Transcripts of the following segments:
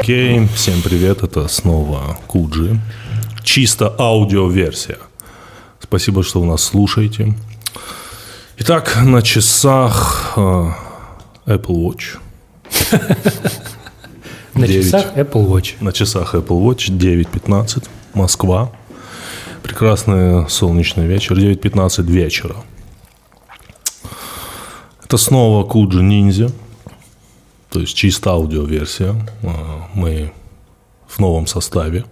Окей, всем привет, это снова Куджи. Чисто аудиоверсия. Спасибо, что вы нас слушаете. Итак, на часах Apple Watch. На часах Apple Watch. На часах Apple Watch 9:15, Москва. Прекрасный солнечный вечер, 9:15 вечера. Это снова Куджи Ниндзя, то есть чисто аудиоверсия. Мы в новом составе.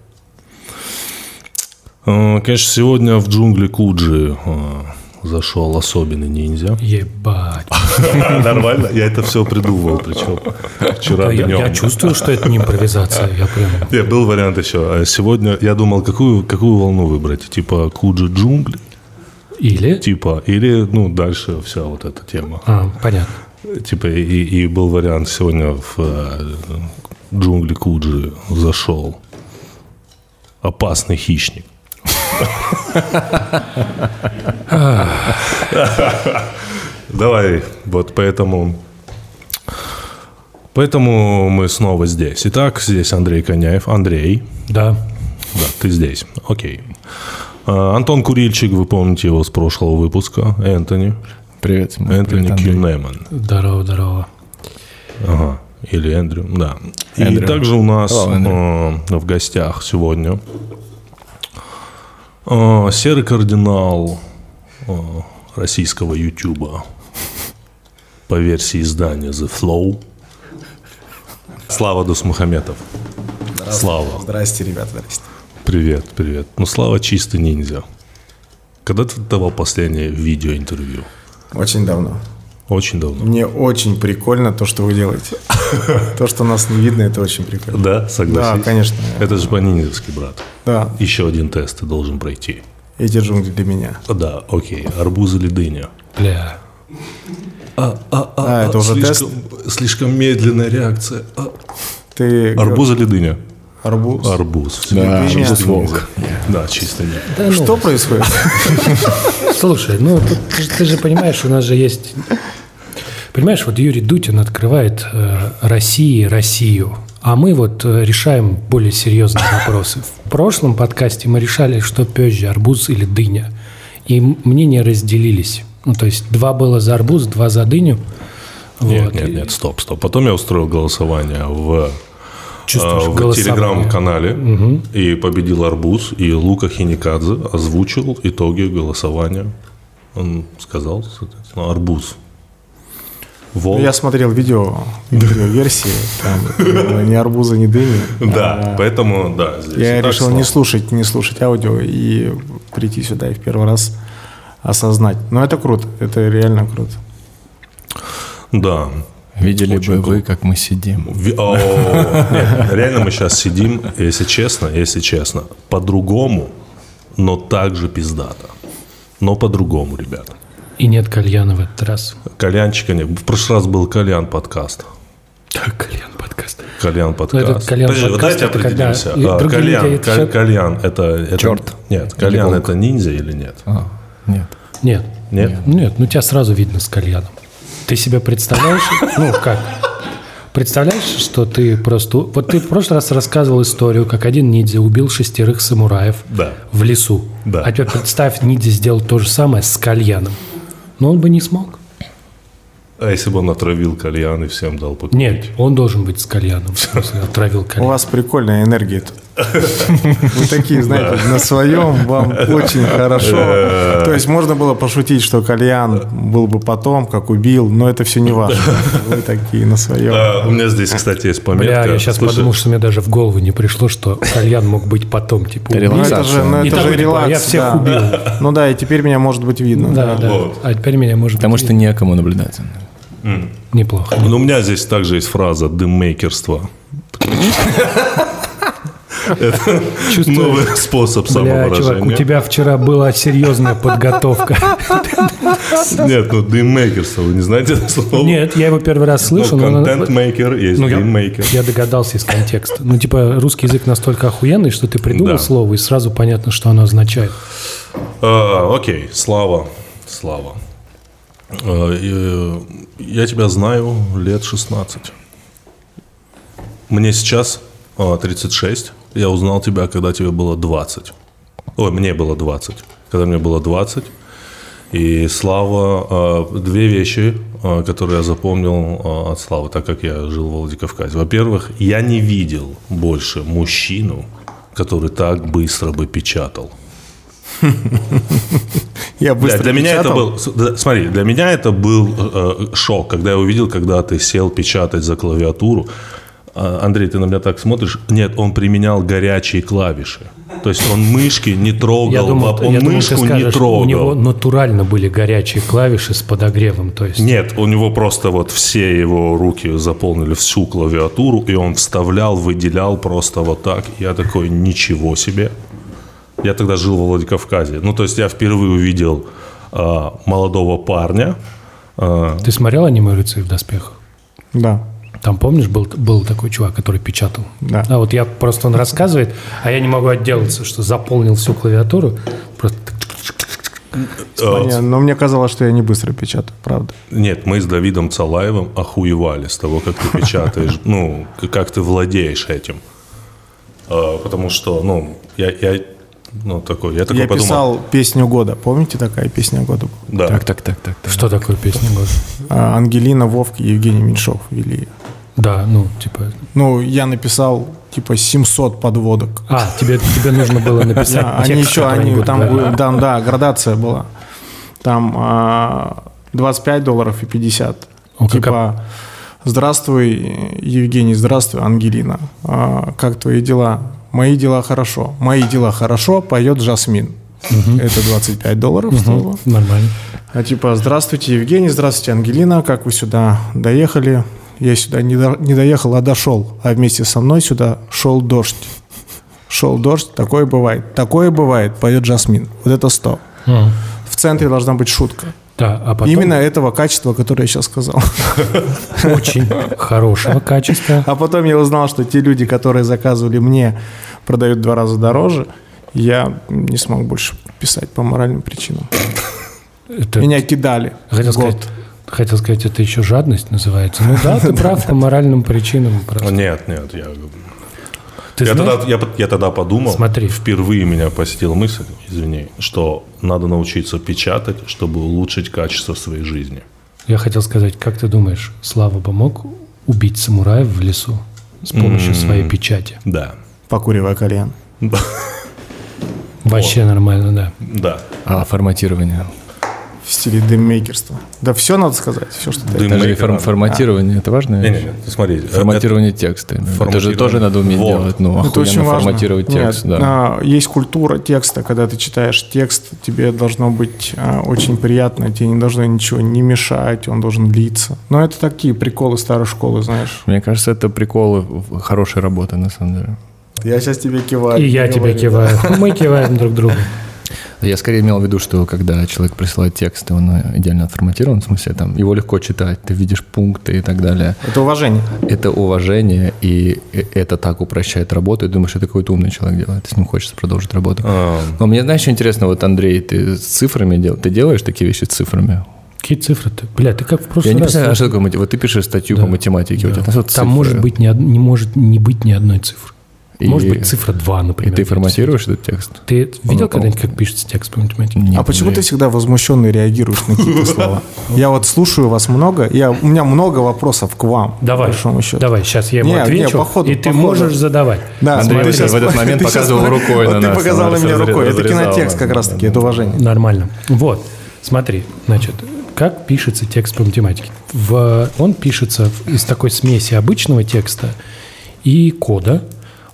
Конечно, сегодня в джунгли Куджи зашел особенный ниндзя. Ебать. Нормально? Я это все придумывал, причем вчера днем. Я чувствую, что это не импровизация. Нет, был вариант еще. Сегодня я думал, какую волну выбрать. Типа Куджи джунгли. Или, дальше вся вот эта тема. Понятно. Типа, и был вариант, сегодня в джунгли Куджи зашел опасный хищник. Давай, вот поэтому мы снова здесь. Итак, здесь Андрей Коняев. Андрей. Да. Да, ты здесь. Окей. Антон Курильчик, вы помните его с прошлого выпуска. Энтони. Привет. Энтони Кьюнеман. Здорово. Ага. Или Эндрю, да. Эндрю. И также у нас в гостях сегодня серый кардинал российского Ютуба по версии издания The Flow. Слава Дусмухаметов. Слава. Здрасте, ребята, здрасте. Привет. Слава чистый ниндзя. Когда ты давал последнее видеоинтервью? Очень давно. Очень давно. Мне очень прикольно то, что вы делаете. То, что нас не видно, это очень прикольно. Да, согласись? Да, конечно. Это же по-ниндзевски, брат. Да. Еще один тест ты должен пройти. Эти джунгли для меня. Да, окей. Арбуз или дыня? Бля. Это уже тест? Слишком медленная реакция. Ты... Арбуз или дыня? Арбуз. Арбуз. Да, чистый волк. ниндзя. Да, чистый ниндзя. Да, Что происходит? Слушай, ты же понимаешь, у нас же есть... Понимаешь, вот Юрий Дудь, он открывает Россию, а мы вот решаем более серьезные вопросы. В прошлом подкасте мы решали, что позже, арбуз или дыня. И мнения разделились. То есть 2 было за арбуз, 2 за дыню. Нет, стоп. Потом я устроил голосование в голосование. телеграм-канале, и победил арбуз, и Лука Хиникадзе озвучил итоги голосования. Он сказал, соответственно, арбуз. Волк. Я смотрел видеоверсии, там ни арбуза, ни дыни. Да, поэтому, да. Здесь я решил не слушать аудио и прийти сюда и в первый раз осознать. Но это круто, это реально круто. Да. Видели бы вы, как мы сидим. Нет, реально мы сейчас сидим, если честно, по-другому, но также пиздато. Но по-другому, ребята. И нет кальяна в этот раз. Кальянчика нет. В прошлый раз был кальян подкаст. Кальян-подкаст. Кальян-подкаст. Подожди, давайте определимся. Кальян это... Черт. Нет, кальян это ниндзя или нет? Нет. Нет, тебя сразу видно с кальяном. Ты себя представляешь? Как? Представляешь, что ты просто... Вот ты в прошлый раз рассказывал историю, как один ниндзя убил 6 самураев в лесу. Да. А теперь представь, ниндзя сделал то же самое с кальяном. Но он бы не смог. А если бы он отравил кальян и всем дал покурить? Нет, он должен быть с кальяном. В смысле, отравил кальян. У вас прикольная энергия тут. Вы такие, знаете, на своем, вам очень хорошо. То есть можно было пошутить, что кальян был бы потом, как убил, но это все не важно. Вы такие на своем. У меня здесь, кстати, есть пометка. Я сейчас подумал, что мне даже в голову не пришло, что кальян мог быть потом. Типа, это же релакс. Я всех убил. Ну да, и теперь меня может быть видно. Да. А теперь меня может быть потому что некому наблюдать. Неплохо. Но у меня здесь также есть фраза «дыммейкерство». Это новый способ самовыражения. Чувак, у тебя вчера была серьезная подготовка. Нет, дыммейкерство, вы не знаете это слово? Нет, я его первый раз слышал. Контент-мейкер есть дыммейкер. Я догадался из контекста. Русский язык настолько охуенный, что ты придумал слово, и сразу понятно, что оно означает. Окей, Слава. Я тебя знаю лет 16. Мне сейчас 36. Я узнал тебя, когда тебе было 20. Ой, мне было 20. Когда мне было 20. И Слава, две вещи, которые я запомнил от Славы, так как я жил в Владикавказе. Во-первых, я не видел больше мужчину, который так быстро бы печатал. Я быстро для меня печатал. это был, смотри, для меня это был шок, когда я увидел, когда ты сел печатать за клавиатуру. Андрей, ты на меня так смотришь. Нет, он применял горячие клавиши. То есть он мышки не трогал, он мышку не трогал. У него натурально были горячие клавиши с подогревом. То есть... Нет, у него просто вот все его руки заполнили всю клавиатуру, и он вставлял, выделял просто вот так. Я такой, ничего себе. Я тогда жил во Владикавказе. Ну, то есть я впервые увидел молодого парня. Ты смотрел аниме «Рыцарь в доспехах»? Да. Там, помнишь, был такой чувак, который печатал? Да. А вот я просто, он рассказывает, а я не могу отделаться, что заполнил всю клавиатуру. Просто... Но мне казалось, что я не быстро печатаю, правда. Нет, мы с Давидом Цалаевым охуевали с того, как ты печатаешь, ну, как ты владеешь этим. Потому что, ну, я такой подумал. Писал песню года. Помните, такая песня года была? Да. Так. Что такое песня года? Ангелина, Вовк и Евгений Меньшов вели ее. Да, ну, типа... Ну, я написал, 700 подводок. Тебе нужно было написать текст, там, градация была. Там $25 и 50. Здравствуй, Евгений, здравствуй, Ангелина. Как твои дела? Мои дела хорошо. Мои дела хорошо, поет Жасмин. Это $25 стоило. Нормально. Здравствуйте, Евгений, здравствуйте, Ангелина. Как вы сюда доехали? Я сюда не доехал, а дошел. А вместе со мной сюда шел дождь. Шел дождь, такое бывает, поет Жасмин. Вот это 100. В центре должна быть шутка. Да, а потом... Именно этого качества, которое я сейчас сказал. Очень хорошего качества. А потом я узнал, что те люди, которые заказывали мне, продают в 2 раза дороже. Я не смог больше писать по моральным причинам. Меня кидали. Хотел сказать, это еще жадность называется. Ну да, ты прав, по моральным причинам. Нет, я тогда подумал, Смотри. Впервые меня посетила мысль, извини, что надо научиться печатать, чтобы улучшить качество своей жизни. Я хотел сказать, как ты думаешь, Слава бы мог убить самураев в лесу с помощью своей печати? Да. Покуривая кальян. Вообще нормально, да. Да. А форматирование? В стиле дыммейкерства. Да все надо сказать, все, что ты... Это же форматирование, это важно? Нет, смотри. Форматирование текста. Это же тоже надо уметь делать. Ну, охуенно форматировать текст. Да. Есть культура текста, когда ты читаешь текст, тебе должно быть очень приятно, тебе не должно ничего не мешать, он должен длиться. Но это такие приколы старой школы, знаешь. Мне кажется, это приколы хорошей работы, на самом деле. Я сейчас тебе киваю. И я тебе киваю. Мы киваем друг другу. Я скорее имел в виду, что когда человек присылает текст, и он идеально отформатирован, в смысле, там, его легко читать, ты видишь пункты и так далее. Это уважение. Это уважение, и это так упрощает работу, и думаешь, что это какой-то умный человек делает, с ним хочется продолжить работу. Но мне, знаешь, что интересно, вот, Андрей, ты с цифрами ты делаешь такие вещи с цифрами? Какие цифры-то? Бля, ты как в прошлый раз... Я не представляю, что такое, вот ты пишешь статью по математике, у тебя там цифры. Не может не быть ни одной цифры. Может быть, цифра 2, например. И ты форматируешь этот текст? Ты видел когда-нибудь, как пишется текст по математике? А почему ты всегда возмущенно реагируешь на какие-то слова? Я вот слушаю вас много, у меня много вопросов к вам. Давай, сейчас я ему отвечу, и ты можешь задавать. Да, Андрей в этот момент показывал рукой на нас. Ты показал на меня рукой. Это кинотекст как раз-таки, это уважение. Нормально. Вот, смотри, значит, как пишется текст по математике? Он пишется из такой смеси обычного текста и кода,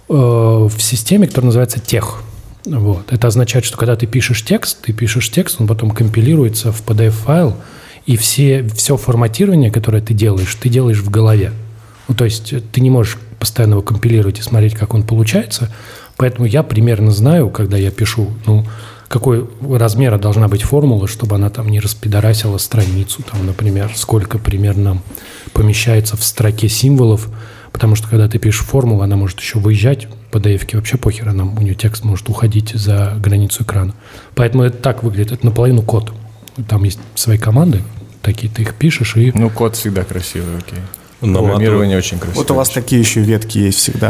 в системе, которая называется тех. Вот. Это означает, что когда ты пишешь текст, он потом компилируется в PDF-файл, и все форматирование, которое ты делаешь в голове. Ну, то есть ты не можешь постоянно его компилировать и смотреть, как он получается. Поэтому я примерно знаю, когда я пишу, какой размера должна быть формула, чтобы она там не распидорасила страницу, там, например, сколько примерно помещается в строке символов. Потому что, когда ты пишешь формулу, она может еще выезжать по PDF-ке, вообще похер, у нее текст может уходить за границу экрана. Поэтому это так выглядит, это наполовину код. Там есть свои команды, такие, ты их пишешь и... Код всегда красивый, окей. Программирование очень красивое. Вот у вас такие еще ветки есть всегда.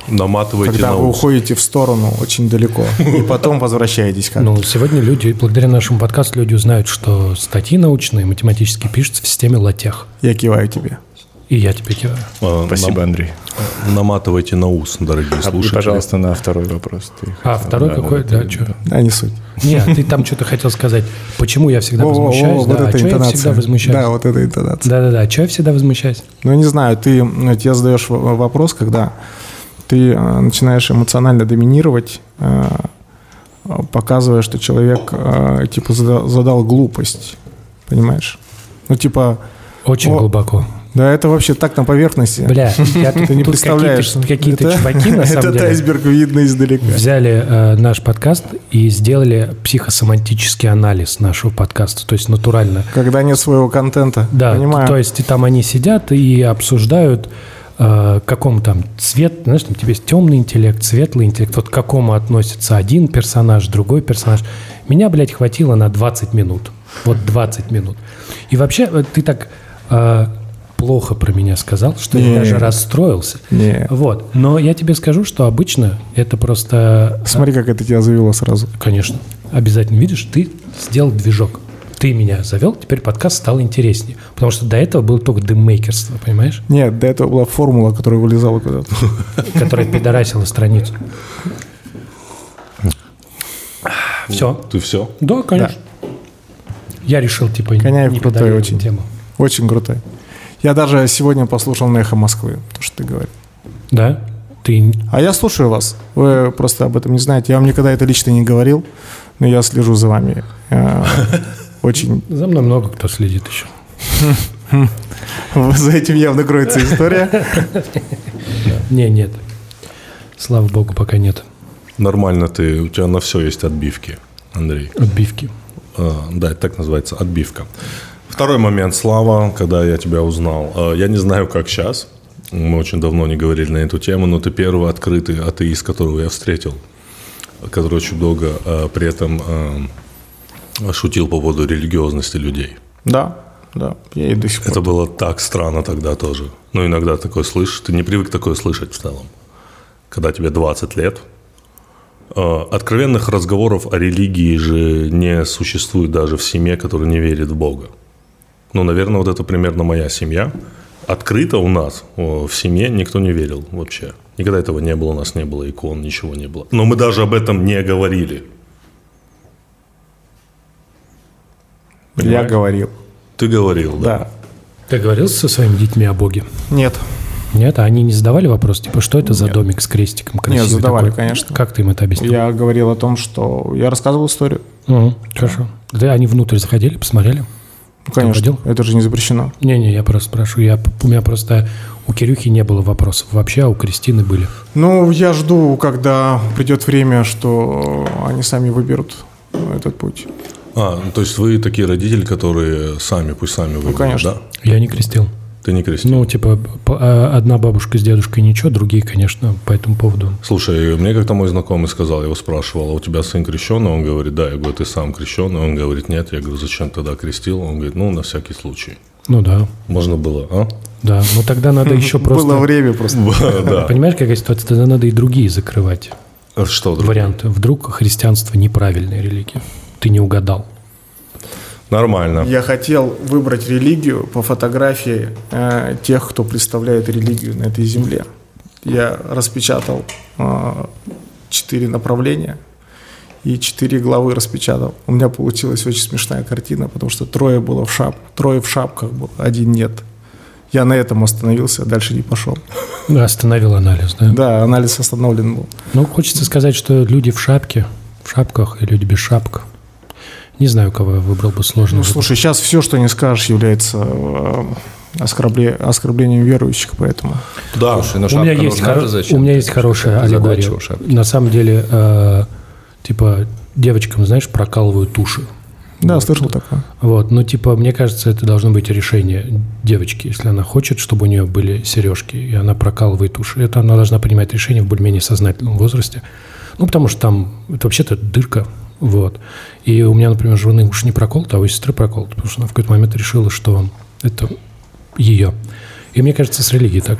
Наматывайте когда на вы ус. уходите в сторону очень далеко, и потом возвращаетесь как-то. Ну, сегодня люди, благодаря нашему подкасту, люди узнают, что статьи научные, математические пишутся в системе LaTeX. Я киваю тебе. И я тебе киваю. Спасибо, Андрей. Наматывайте на ус, дорогие И, слушатели. пожалуйста, на второй вопрос. Второй какой? Да, что? Да, не суть. Нет, ты там что-то хотел сказать. Почему я всегда возмущаюсь? Вот Да, а эта что я интонация. всегда возмущаюсь? Да, вот эта интонация. Да-да-да, а что я всегда возмущаюсь? Ну, не знаю, тебе задаешь вопрос, когда ты начинаешь эмоционально доминировать, показывая, что человек, типа, задал глупость. Понимаешь? Ну, типа... Очень глубоко. Да, это вообще так на поверхности. Бля, ты не представляешь. Какие-то чуваки, на самом Этот деле, айсберг видно издалека. взяли наш подкаст и сделали психосоматический анализ нашего подкаста, то есть натурально. Когда нет своего контента. Да, Понимаю. то есть там они сидят и обсуждают, какому там цвет, знаешь, там тебе есть темный интеллект, светлый интеллект, вот к какому относится один персонаж, другой персонаж. Меня, блядь, хватило на 20 минут. Вот 20 минут. И вообще ты так плохо про меня сказал, что я даже расстроился. Не. Вот. Но я тебе скажу, что обычно это просто... Смотри, как это тебя завело сразу. Конечно. Обязательно. Видишь, ты сделал движок. Ты меня завел, теперь подкаст стал интереснее. Потому что до этого было только дыммейкерство, понимаешь? Нет, до этого была формула, которая вылезала куда-то. Которая пидорасила страницу. Все. Ты все? Да, конечно. Я решил, типа, Коняев не крутой педалировать очень. тему. Очень крутой. Я даже сегодня послушал на «Эхо Москвы», то, что ты говоришь. Да? Ты... А я слушаю вас. Вы просто об этом не знаете. Я вам никогда это лично не говорил, но я слежу за вами. Очень... За мной много кто следит еще. За этим явно кроется история. Нет. Слава богу, пока нет Нормально ты, у тебя на все есть отбивки, Андрей. отбивки. Да, это так называется, отбивка. Второй момент, Слава, когда я тебя узнал. Я не знаю, как сейчас. Мы очень давно не говорили на эту тему, но ты первый открытый атеист, которого я встретил, который очень долго при этом шутил по поводу религиозности людей. Да. Я и до сих пор. Это было так странно тогда тоже. Ну, иногда такое слышишь. Ты не привык такое слышать в целом. Когда тебе 20 лет. Откровенных разговоров о религии же не существует даже в семье, которая не верит в Бога. Ну, наверное, вот это примерно моя семья. Открыто у нас в семье никто не верил вообще. Никогда этого не было, у нас не было икон, ничего не было. Но мы даже об этом не говорили. Я говорил. Ты говорил, да? Да. Ты говорил со своими детьми о Боге? Нет. Нет, а они не задавали вопрос, типа, что это за домик с крестиком красивый? Нет, задавали, такой? конечно. Как ты им это объяснил? Я говорил о том, что... Я рассказывал историю. Хорошо. Да, они внутрь заходили, посмотрели? Ну, конечно. водил? Это же не запрещено. Не, я просто спрашиваю. У меня просто у Кирюхи не было вопросов вообще, а у Кристины были. Ну, я жду, когда придет время, что они сами выберут этот путь. То есть вы такие родители, которые пусть сами выберут, конечно. да? Я не крестил. Ты не крестил? Ну, типа, одна бабушка с дедушкой ничего, другие, конечно, по этому поводу. Слушай, мне как-то мой знакомый сказал, я его спрашивал, а у тебя сын крещеный? Он говорит, да. Я говорю, ты сам крещеный? Он говорит, нет. Я говорю, зачем тогда крестил? Он говорит, на всякий случай. Ну да. Можно было, а? Да, ну тогда надо еще просто... Было время просто. Да. Понимаешь, какая ситуация? Тогда надо и другие закрывать Что, друг? варианты. Вдруг христианство неправильная религия. Ты не угадал. Нормально. Я хотел выбрать религию по фотографии тех, кто представляет религию на этой земле. Я распечатал 4 направления и 4 главы распечатал. У меня получилась очень смешная картина, потому что 3 было в шапках, 3 в шапках было, 1 нет. Я на этом остановился, дальше не пошел. Остановил анализ, да? Да, анализ остановлен был. Ну, хочется сказать, что люди в шапках и люди без шапок. Не знаю, кого я выбрал бы сложно. Ну, слушай, сейчас все, что не скажешь, является оскорблением верующих, поэтому... Да. Слушай, У меня есть хорошая аллегория. На самом деле, типа, девочкам, знаешь, прокалывают уши. Да, вот. Слышал такое. Вот, ну, типа, мне кажется, это должно быть решение девочки, если она хочет, чтобы у нее были сережки, и она прокалывает уши. Это она должна принимать решение в более-менее сознательном возрасте. Ну, потому что там, это вообще-то дырка, вот. И у меня, например, жены уши не проколоты, а у сестры проколоты, потому что она в какой-то момент решила, что это ее. И мне кажется, с религией также.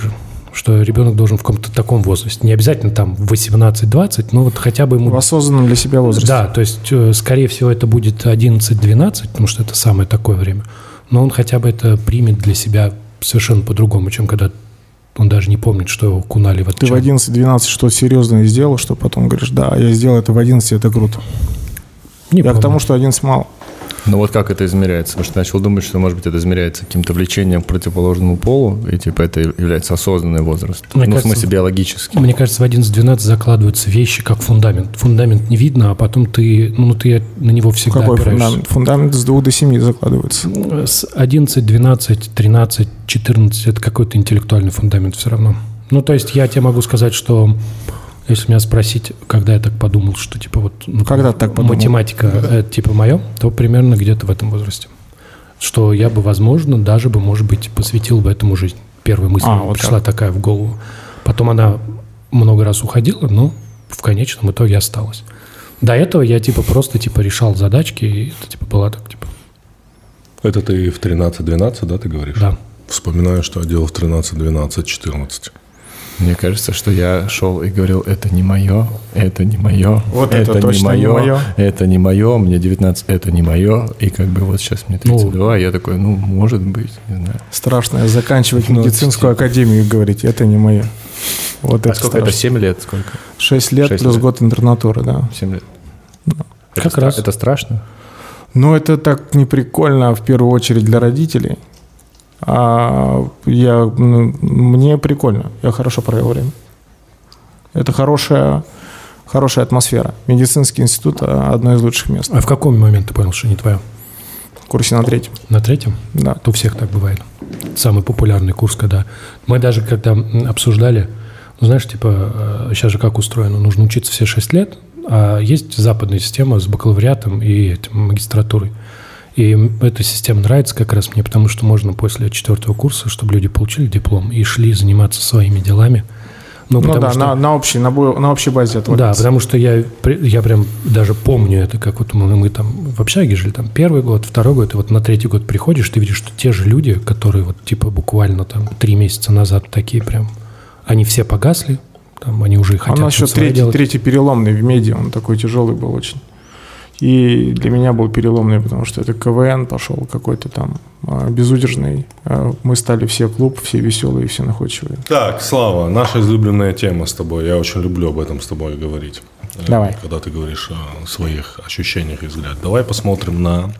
что ребенок должен в каком-то таком возрасте. Не обязательно там 18-20, но вот хотя бы ему... В осознанном для себя возрасте. Да, то есть, скорее всего, это будет 11-12, потому что это самое такое время. Но он хотя бы это примет для себя совершенно по-другому, чем когда он даже не помнит, что его кунали в этот Ты чай. в 11-12 что-то серьезное сделал, что потом говоришь, да, я сделал это в 11, это круто. Не Я помню. к тому, что 11 мало. Ну вот как это измеряется? Потому что начал думать, что, может быть, это измеряется каким-то влечением к противоположному полу, и типа это является осознанный возраст. Мне в кажется, смысле биологически. Мне кажется, в 11-12 закладываются вещи как фундамент. Фундамент не видно, а потом ты на него всегда Какой опираешься. фундамент? Фундамент с 2 до 7 закладывается. С 11, 12, 13, 14 – это какой-то интеллектуальный фундамент все равно. Ну, то есть я тебе могу сказать, что если меня спросить, когда я так подумал, что типа вот Когда ты так подумал? математика это типа мое, то примерно где-то в этом возрасте. Что я бы, возможно, даже бы, может быть, посвятил бы этому жизнь. Первая мысль вот пришла так. такая в голову. Потом она много раз уходила, но в конечном итоге осталась. До этого я типа просто типа решал задачки, и это типа было так, типа. Это ты в 13-12, да, ты говоришь? Да. Вспоминаю, что я делал в 13, 12, 14. Мне кажется, что я шел и говорил, это не мое, это не мое, Вот это точно не мое, мое. это не мое, мне 19, это не мое. И как бы вот сейчас мне 32, я такой, может быть, не знаю. Страшно заканчивать Ну, медицинскую академию и говорить, это не мое. Вот А это сколько это, страшно. 7 лет? Сколько? 6 лет 6 плюс лет. год интернатуры, да. 7 лет. Как раз. Это страшно? Ну, это так не прикольно, в первую очередь, для родителей. Мне прикольно. Я хорошо провел время. Это хорошая атмосфера. Медицинский институт – одно из лучших мест. А в каком момент ты понял, что не твое? В курсе на 3-м. На 3-м? Да. Это у всех так бывает. Самый популярный курс, когда... Мы даже когда обсуждали, знаешь, типа, сейчас же как устроено, нужно учиться все 6 лет, а есть западная система с бакалавриатом и магистратурой. И эта система нравится как раз мне, потому что можно после 4-го курса, чтобы люди получили диплом и шли заниматься своими делами. На общей базе этого. Да, потому что я прям даже помню это, как вот мы там в общаге жили, там 1-й год, 2-й год, и вот на 3-й год приходишь, ты видишь, что те же люди, которые вот типа буквально там 3 месяца назад такие прям, они все погасли, там они уже хотят у нас еще что-то своё делать. третий переломный в меди, он такой тяжелый был очень. И для меня был переломный, потому что это КВН пошел какой-то там безудержный. Мы стали все клуб, все веселые, все находчивые. Так, Слава, наша излюбленная тема с тобой. Я очень люблю об этом с тобой говорить. Давай. Когда ты говоришь о своих ощущениях и взглядах. Давай посмотрим на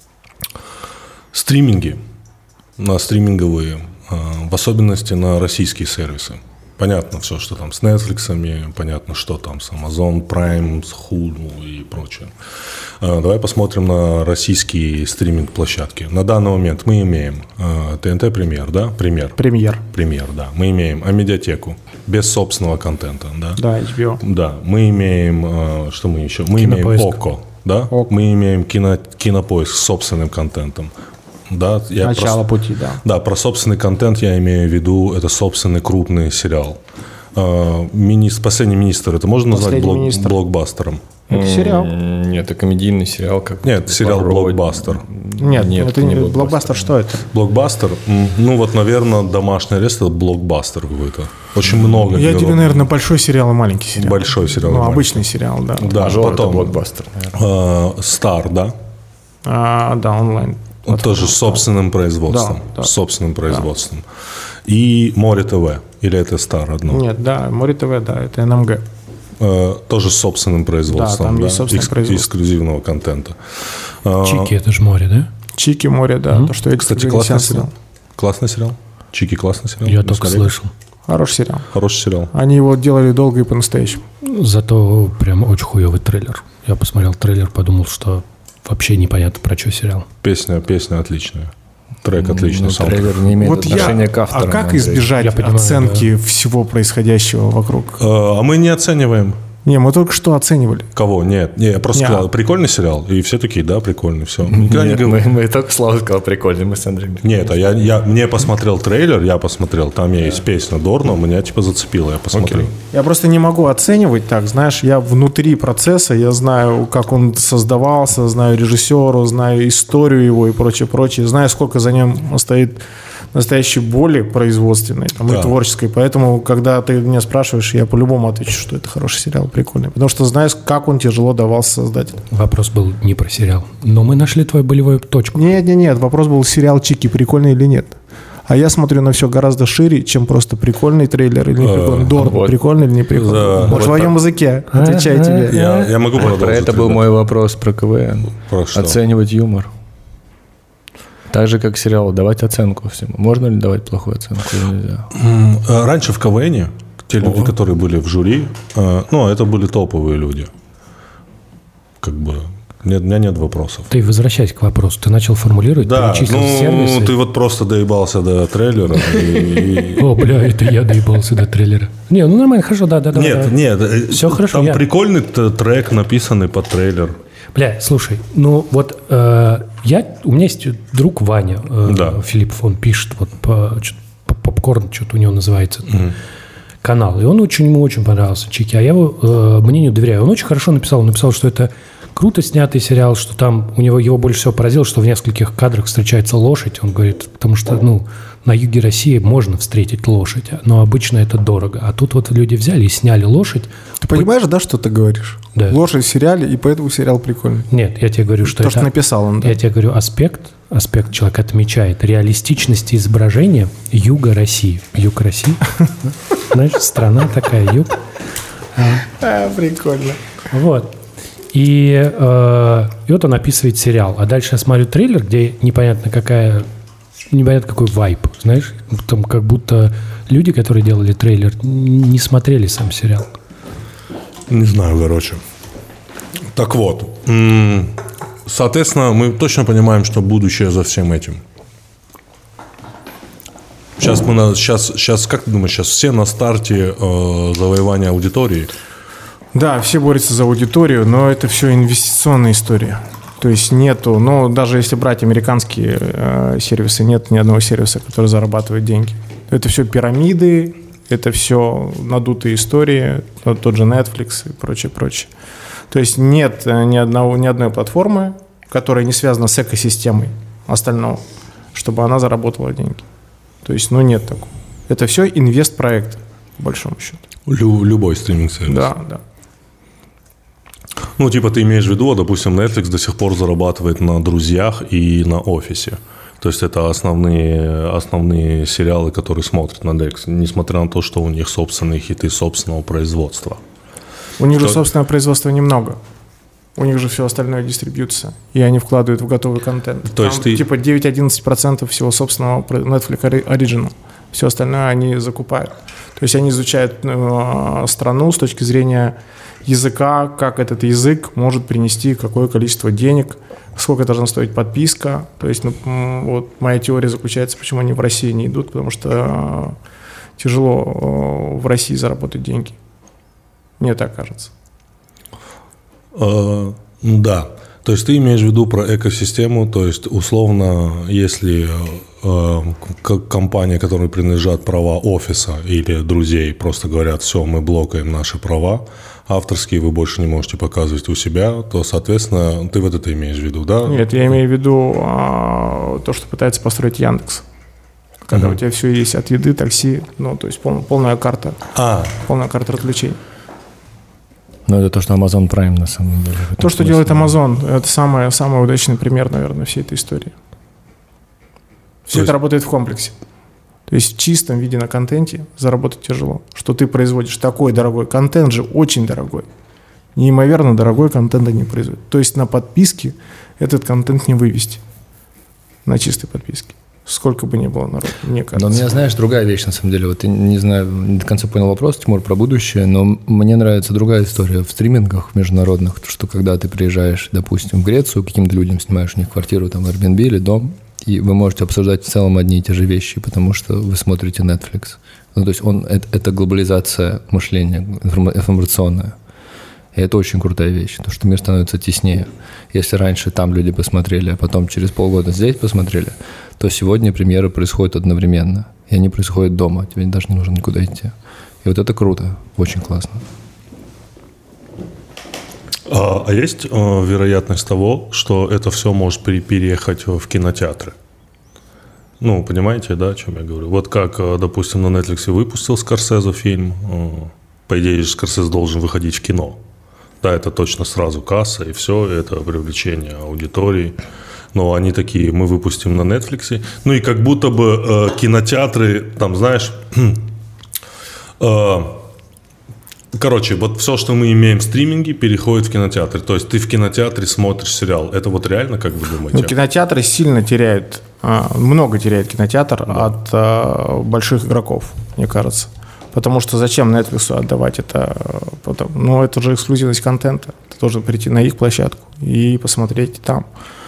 стриминги, на стриминговые, в особенности на российские сервисы. Понятно все, что там с Netflix, понятно, что там с Amazon Prime, с Hulu и прочее. Давай посмотрим на российские стриминг-площадки. На данный момент мы имеем ТНТ Премьер, да? Премьер, да. Мы имеем Амедиатеку без собственного контента, да? Да, HBO. Да, мы имеем, что мы еще? Мы Кинопоиск. имеем ОККО, да? ОККО. Мы имеем Кинопоиск с собственным контентом. Да, Начало пути, да. Да, про собственный контент я имею в виду, это собственный крупный сериал. «Последний министр» это можно назвать «Последний министр». блокбастером? Это сериал. Нет, это комедийный сериал. Как Нет, сериал пародия. «Блокбастер». Нет, это не блокбастер. блокбастер, что это? «Блокбастер», наверное, «Домашний арест» это блокбастер какой-то. Очень много. Я тебе, наверное, большой сериал и маленький сериал. Большой сериал. Ну, и обычный сериал, да. маленький. Да, Мажор потом это блокбастер, наверное. «Стар», да? Да, онлайн. Он тоже с собственным производством. Да, да. С собственным производством. И «Море ТВ». Или это «Стар» одно? Нет, да, Море ТВ, да, это НМГ. Тоже с собственным производством. Да, там есть собственное производство. Эксклюзивного контента. Чики, это же море, да? Чики, Море, да. То, что я, Кстати, классный сериал. Классный сериал. Чики классный сериал. Я Вы только смотрели? слышал. Хороший сериал. Хороший сериал. Они его делали долго и по-настоящему. Зато прям очень хуёвый трейлер. Я посмотрел трейлер, подумал, что вообще непонятно, про что сериал. Песня отличная. Трек отличный. саундтрек. Трейлер не имеет отношения к авторам. А как Андрей. избежать Я понимаю, оценки всего происходящего вокруг? А мы не оцениваем. Не, мы только что оценивали. Кого? Нет, я просто Не. сказал, прикольный сериал. И все такие, да, прикольный, все. Никогда не Нет, говорю. мы только Слава сказал прикольный, мы с Андреем. Нет, а я мне посмотрел трейлер, там есть песня Дорна, меня типа зацепило, я посмотрел. Окей. Я просто не могу оценивать так, знаешь, я внутри процесса, я знаю, как он создавался, знаю режиссера, знаю историю его и прочее, знаю, сколько за ним стоит настоящей боли производственной там, и творческой. Поэтому, когда ты меня спрашиваешь, я по-любому отвечу, что это хороший сериал, прикольный. Потому что знаешь, как он тяжело давался создателю. Вопрос был не про сериал. Но мы нашли твою болевую точку. Нет. Вопрос был, сериал Чики прикольный или нет. А я смотрю на все гораздо шире, чем просто прикольный трейлер или не прикольный. Дорн, прикольный или не прикольный. На твоем языке. Отвечай тебе. Я могу продолжить. Про это был мой вопрос про КВН. Оценивать юмор. Так же, как сериал, давать оценку всему. Можно ли давать плохую оценку или нельзя? Раньше в КВН те люди, которые были в жюри, это были топовые люди. Как бы... Нет, у меня нет вопросов. Ты возвращайся к вопросу. Ты начал формулировать, перечислил сервисы. Ты вот просто доебался до трейлера. О, бля, это я доебался до трейлера. Не, ну нормально, хорошо, да. Нет. Все хорошо. Там прикольный трек, написанный под трейлер. Бля, слушай, ну вот у меня есть друг Ваня Филиппов, он пишет вот попкорн, что-то у него называется. Канал. И ему очень понравился Чики. А я его мнению доверяю. Он очень хорошо написал. Он написал, что это круто снятый сериал, что там его больше всего поразило, что в нескольких кадрах встречается лошадь. Он говорит, потому что, на юге России можно встретить лошадь, но обычно это дорого. А тут вот люди взяли и сняли лошадь. Ты понимаешь, да, что ты говоришь? Да. Лошадь в сериале, и поэтому сериал прикольный. Нет, я тебе говорю, что то, что написал он, да. Я тебе говорю, аспект человек отмечает реалистичности изображения юга России. Юг России? Знаешь, страна такая, юг. Прикольно. Вот. И вот он описывает сериал. А дальше я смотрю трейлер, где непонятно какой вайб. Знаешь, там как будто люди, которые делали трейлер, не смотрели сам сериал. Не знаю, короче. Так вот. Соответственно, мы точно понимаем, что будущее за всем этим. Сейчас, как ты думаешь, сейчас все на старте завоевания аудитории? Да, все борются за аудиторию, но это все инвестиционная история. То есть нету, даже если брать американские сервисы, нет ни одного сервиса, который зарабатывает деньги. Это все пирамиды, это все надутые истории, тот же Netflix и прочее. То есть нет ни одной платформы, которая не связана с экосистемой остального, чтобы она заработала деньги. То есть, нет такого. Это все инвестпроекты, по большому счету. Любой стриминг-сервис. Да. Ты имеешь в виду, допустим, Netflix до сих пор зарабатывает на «Друзьях» и на «Офисе». То есть это основные сериалы, которые смотрят на Netflix, несмотря на то, что у них собственные хиты собственного производства. У них же собственного производства немного. У них же все остальное дистрибьются, и они вкладывают в готовый контент. То есть 9-11% всего собственного Netflix Original. Все остальное они закупают. То есть они изучают страну с точки зрения языка, как этот язык может принести какое количество денег, сколько должна стоить подписка. То есть вот моя теория заключается, почему они в России не идут, потому что тяжело в России заработать деньги. Мне так кажется. Да. То есть ты имеешь в виду про экосистему, то есть условно, если компания, которой принадлежат права офиса или друзей, просто говорят, все, мы блокаем наши права авторские, вы больше не можете показывать у себя, то, соответственно, ты вот это имеешь в виду, да? Нет, я имею в виду то, что пытается построить Яндекс. Когда у тебя все есть от еды, такси, то есть полная карта. Полная карта развлечений. Это то, что Amazon Prime на самом деле. То, что делает Amazon, это самый удачный пример, наверное, всей этой истории. Все это работает в комплексе. То есть в чистом виде на контенте заработать тяжело. Что ты производишь такой дорогой контент же очень дорогой. Неимоверно дорогой контент они производят. То есть на подписке этот контент не вывести. На чистой подписке. Сколько бы ни было народу, мне кажется. Но у меня, знаешь, другая вещь, на самом деле. Вот я не знаю, не до конца понял вопрос, Тимур, про будущее, но мне нравится другая история в стримингах международных, что когда ты приезжаешь, допустим, в Грецию, каким-то людям снимаешь у них квартиру, там, Airbnb или дом, и вы можете обсуждать в целом одни и те же вещи, потому что вы смотрите Netflix. То есть это глобализация мышления информационная. И это очень крутая вещь, то, что мир становится теснее. Если раньше там люди посмотрели, а потом через полгода здесь посмотрели, то сегодня премьеры происходят одновременно. И они происходят дома, тебе даже не нужно никуда идти. И вот это круто, очень классно. А есть вероятность того, что это все может переехать в кинотеатры? Ну, понимаете, да, о чем я говорю? Вот как, допустим, на Netflix выпустил Скорсезе фильм, по идее, Скорсезе должен выходить в кино. Да, это точно сразу касса и все, это привлечение аудитории. Но они такие, мы выпустим на Netflix. Ну и как будто бы кинотеатры, там, знаешь... Короче, вот все, что мы имеем в стриминге, переходит в кинотеатры. То есть ты в кинотеатре смотришь сериал. Это вот реально, как вы думаете? Ну, кинотеатры сильно теряют, много теряет кинотеатр от больших игроков, мне кажется. Потому что зачем Netflix отдавать это? Ну, это же эксклюзивность контента. Ты должен прийти на их площадку и посмотреть там.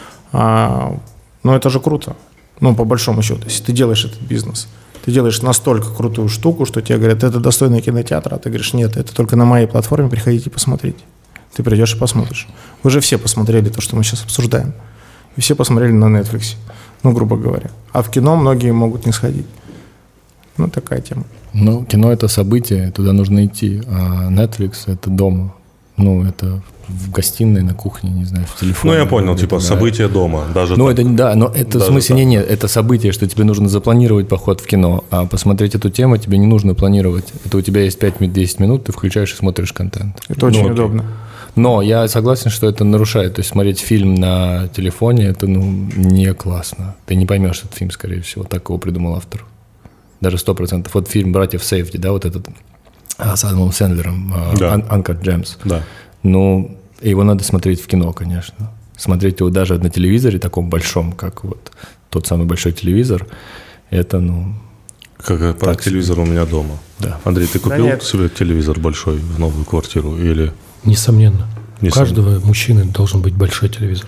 Ну, это же круто. Ну, по большому счету, если ты делаешь этот бизнес. Ты делаешь настолько крутую штуку, что тебе говорят, это достойный кинотеатр, а ты говоришь, нет, это только на моей платформе, приходите посмотреть. Ты придешь и посмотришь. Вы же все посмотрели то, что мы сейчас обсуждаем. И все посмотрели на Netflix, ну, грубо говоря. А в кино многие могут не сходить. Ну, такая тема. Ну, кино – это событие, туда нужно идти, а Netflix – это дома. Ну, это в гостиной, на кухне, не знаю, в телефоне. Ну, я понял, типа событие дома. Даже ну, так. это да, но это в смысле нет, это событие, что тебе нужно запланировать поход в кино, а посмотреть эту тему тебе не нужно планировать. Это у тебя есть 5-10 минут, ты включаешь и смотришь контент. Это очень удобно. Но я согласен, что это нарушает. То есть смотреть фильм на телефоне – это не классно. Ты не поймешь этот фильм, скорее всего. Так его придумал автор. Даже 100%. Вот фильм «Братьев Сейфти», да, вот этот с Адамом Сэндлером, «Uncut Gems». Да. Ну, его надо смотреть в кино, конечно. Смотреть его даже на телевизоре, таком большом, как вот тот самый большой телевизор, это, Как телевизор у меня дома. Да. Андрей, ты купил себе телевизор большой в новую квартиру? Или... Несомненно. У каждого мужчины должен быть большой телевизор.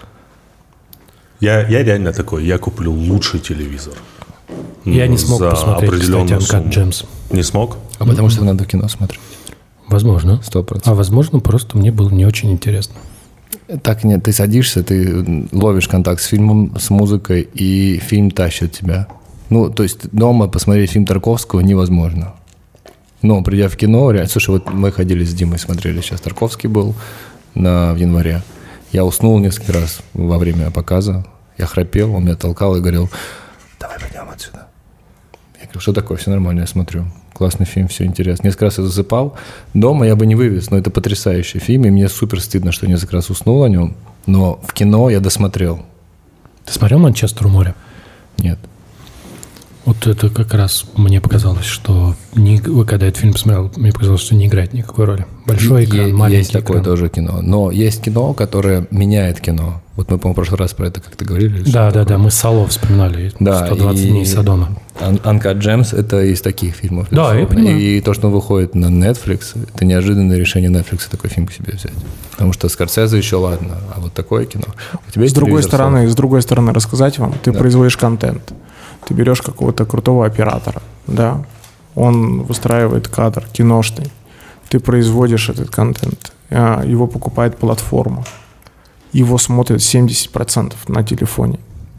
Я реально такой, я куплю лучший телевизор. Я не смог посмотреть, кстати, Uncut Gems. Не смог? А потому что надо кино смотреть. Возможно. 100%. А возможно, просто мне было не очень интересно. Так нет, ты садишься, ты ловишь контакт с фильмом, с музыкой, и фильм тащит тебя. Ну, то есть дома посмотреть фильм Тарковского невозможно. Но придя в кино, слушай, вот мы ходили с Димой, смотрели сейчас, Тарковский был в январе. Я уснул несколько раз во время показа, я храпел, он меня толкал и говорил, давай пойдем отсюда. Я говорю, что такое, все нормально, я смотрю. Классный фильм, все интересно. Несколько раз я засыпал. Дома я бы не вывез, но это потрясающий фильм, и мне супер стыдно, что я несколько раз уснул о нем, но в кино я досмотрел. Ты смотрел «Манчестер у моря»? Нет. Вот это как раз мне показалось, что когда этот фильм смотрел, мне показалось, что не играет никакой роли. Большой экран, маленький есть такое экран. тоже кино. Но есть кино, которое меняет кино. Вот мы, по-моему, в прошлый раз про это как-то говорили. Да, мы Сало вспоминали. Да, 120 дней Содома. Uncut Gems – это из таких фильмов. Да, я понимаю. И то, что он выходит на Netflix, это неожиданное решение Netflix такой фильм к себе взять. Потому что Скорсезе еще ладно, а вот такое кино. У тебя есть с другой стороны рассказать вам, ты производишь контент. Ты берешь какого-то крутого оператора, да, он выстраивает кадр киношный, ты производишь этот контент, его покупает платформа, его смотрят 70% на телефоне.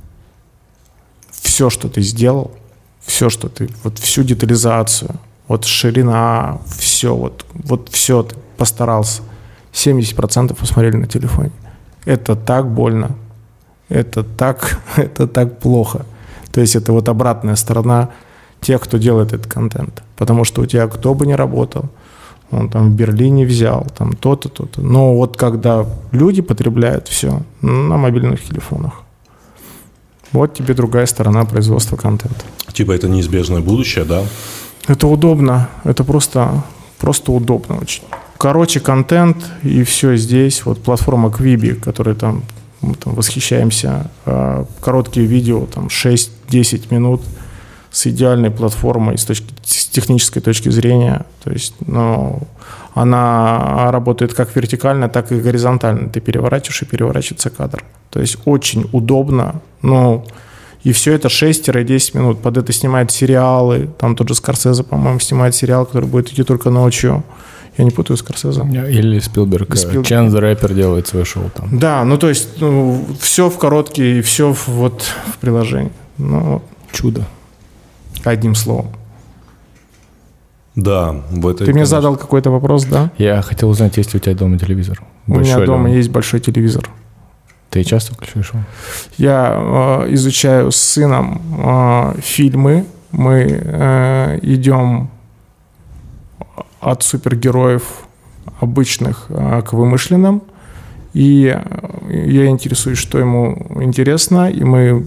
Все, что ты сделал, все, что ты, вот всю детализацию, вот ширина, все, вот все ты постарался, 70% посмотрели на телефоне. Это так больно, это так плохо. То есть это вот обратная сторона тех, кто делает этот контент. Потому что у тебя кто бы ни работал, он там в Берлине взял, там то-то, то-то. Но вот когда люди потребляют все на мобильных телефонах, вот тебе другая сторона производства контента. Типа это неизбежное будущее, да? Это удобно, это просто удобно очень. Короче, контент и все здесь. Вот платформа Quibi, которой там мы там восхищаемся, короткие видео, там 6-10 минут с идеальной платформой с технической точки зрения. То есть, она работает как вертикально, так и горизонтально. Ты переворачиваешь, и переворачивается кадр. То есть очень удобно. И все это 6-10 минут. Под это снимают сериалы. Там тот же Скорсезе, по-моему, снимает сериал, который будет идти только ночью. Я не путаю Скорсезе. Или Спилберг. Chance the Rapper делает свое шоу там. Да, то есть все в короткие и все в приложении. Чудо. Одним словом. Да, в этой... Ты мне задал какой-то вопрос, да? Я хотел узнать, есть ли у тебя дома телевизор? У меня дома есть большой телевизор. Ты часто включаешь его? Я изучаю с сыном фильмы. Мы идем от супергероев обычных к вымышленным. И я интересуюсь, что ему интересно, и мы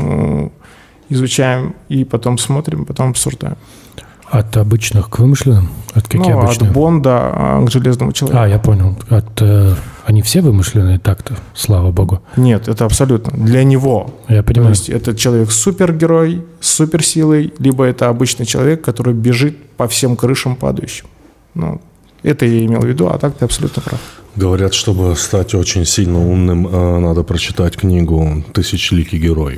изучаем, и потом смотрим, потом обсуждаем. От обычных к вымышленным? От каких обычных? От Бонда к Железному человеку. Я понял. Они все вымышленные так-то, слава богу? Нет, это абсолютно для него. Я понимаю. То есть это человек супергерой с суперсилой, либо это обычный человек, который бежит по всем крышам падающим. Это я имел в виду, а так ты абсолютно прав. Говорят, чтобы стать очень сильно умным, надо прочитать книгу «Тысячеликий герой».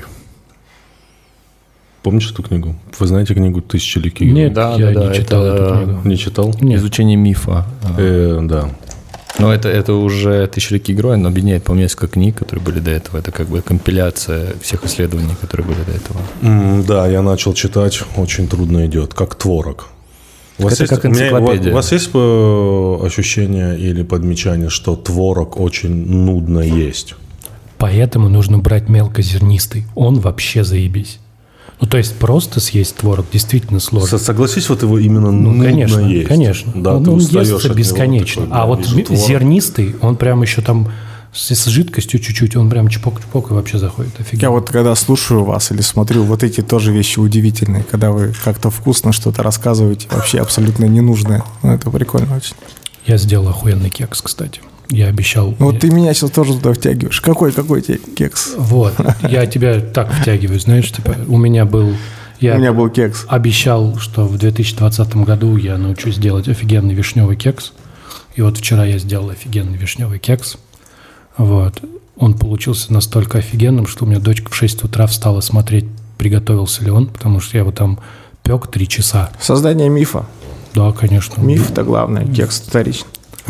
Помнишь эту книгу? Вы знаете книгу «Тысячеликий герой»? Нет, я не читал эту книгу. Не читал? Нет. Изучение мифа. Да. Но это уже «Тысячеликий герой», но объединяет, по-моему, несколько книг, которые были до этого. Это как бы компиляция всех исследований, которые были до этого. Да, я начал читать, очень трудно идет, как творог. Это как энциклопедия. У вас есть ощущение или подмечание, что творог очень нудно есть? Поэтому нужно брать мелкозернистый. Он вообще заебись. То есть просто съесть творог действительно сложно. Согласись, вот его именно нудно есть. Конечно. Да, он естся бесконечно. Такой, вот зернистый, он прям еще там с жидкостью чуть-чуть, он прям чпок-чпок и вообще заходит. Офигенно. Я вот когда слушаю вас или смотрю, вот эти тоже вещи удивительные, когда вы как-то вкусно что-то рассказываете, вообще абсолютно ненужное. Это прикольно очень. Я сделал охуенный кекс, кстати. Я обещал... Ты меня сейчас тоже туда втягиваешь. Какой тебе кекс? Вот. Я тебя так втягиваю, знаешь, у меня был кекс. Обещал, что в 2020 году я научусь делать офигенный вишневый кекс. И вот вчера я сделал офигенный вишневый кекс. Вот. Он получился настолько офигенным, что у меня дочка в 6 утра встала смотреть, приготовился ли он, потому что я его там пек 3 часа. Создание мифа. Да, конечно. Миф – это главное, кекс – вторичный.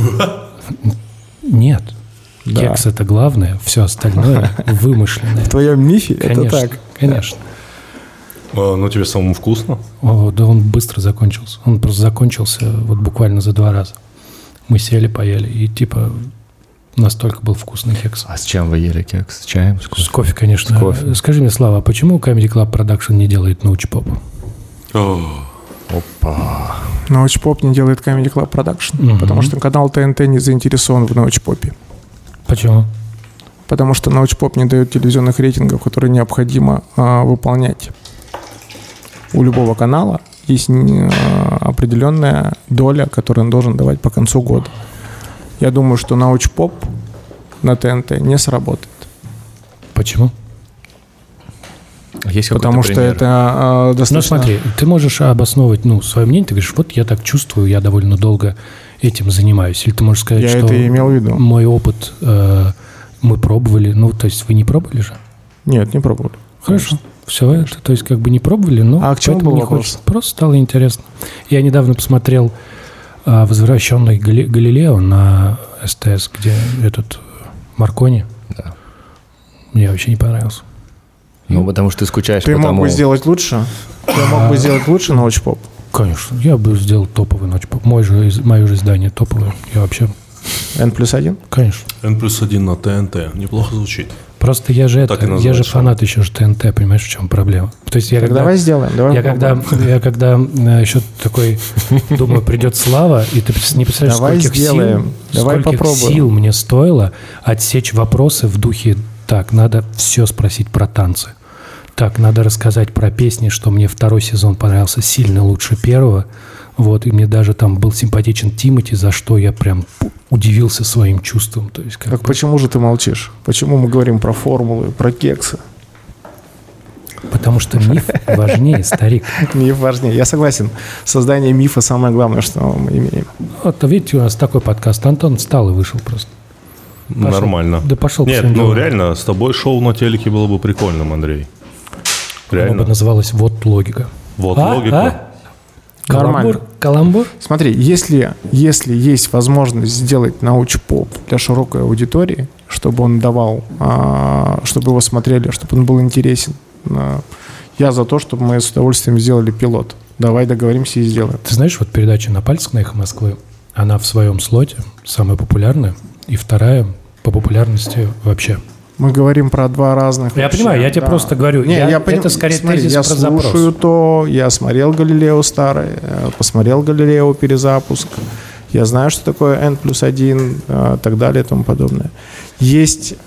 Нет. Да. Кекс – это главное, все остальное вымышленное. В твоем мифе конечно, это так? Конечно. Тебе самому вкусно? Да он быстро закончился. Он просто закончился вот буквально за 2 раза. Мы сели, поели, и настолько был вкусный кекс. А с чем вы ели кекс? С чаем? С кофе, конечно. С кофе. Скажи мне, Слава, а почему Comedy Club Production не делает научпоп? Опа. Научпоп не делает Comedy Club Production, потому что канал ТНТ не заинтересован в научпопе. Почему? Потому что научпоп не дает телевизионных рейтингов, которые необходимо выполнять. У любого канала есть определенная доля, которую он должен давать по концу года. Я думаю, что научпоп на ТНТ не сработает. Почему? Есть потому что пример? Это достаточно... смотри, ты можешь обосновывать свое мнение, ты говоришь, вот я так чувствую, я довольно долго этим занимаюсь. Или ты можешь сказать, что это имел в виду. Мой опыт мы пробовали, то есть вы не пробовали же? Нет, не пробовали. Хорошо. Все это, то есть как бы не пробовали, но к чему был вопрос? Хочется. Просто стало интересно. Я недавно посмотрел «Возвращенный Галилео» на СТС, где этот Маркони. Да. Мне вообще не понравился. Потому что ты скучаешь Ты мог бы сделать лучше? Ты мог бы сделать лучше научпоп? Конечно. Я бы сделал топовый научпоп. Мое же издание топовое. Я вообще... N+1? Конечно. N+1 на ТНТ. Неплохо звучит. Просто я же фанат еще же ТНТ, понимаешь, в чем проблема? То есть давай сделаем. Я когда еще такой думаю, придет Слава, и ты не представляешь, скольких сил мне стоило отсечь вопросы в духе: так, надо все спросить про танцы. Так, надо рассказать про песни, что мне 2-й сезон понравился сильно лучше 1-го. Вот, и мне даже там был симпатичен Тимати, за что я прям удивился своим чувством. То есть, почему же ты молчишь? Почему мы говорим про формулы, про кексы? Потому что миф важнее, старик. Миф важнее. Я согласен. Создание мифа самое главное, что мы имеем. Вот, видите, у нас такой подкаст. Антон встал и вышел просто. Пошел. Нормально. Да пошел. Нет, реально, с тобой шоу на телеке было бы прикольным, Андрей. Реально. Оно бы называлось «Вот логика». Вот логика. Каламбур? Смотри, если есть возможность сделать научпоп для широкой аудитории, чтобы он давал, чтобы его смотрели, чтобы он был интересен, я за то, чтобы мы с удовольствием сделали пилот. Давай договоримся и сделаем. Ты знаешь, вот передача «На пальцах» на «Эхо Москвы», она в своем слоте самая популярная и 2-я по популярности вообще. Мы говорим про два разных. Я вообще, понимаю, я тебе просто говорю. Это скорее тезис я про запрос. слушаю то, я смотрел «Галилео» старый, посмотрел «Галилео» перезапуск. Я знаю, что такое N+1, так далее и тому подобное. Если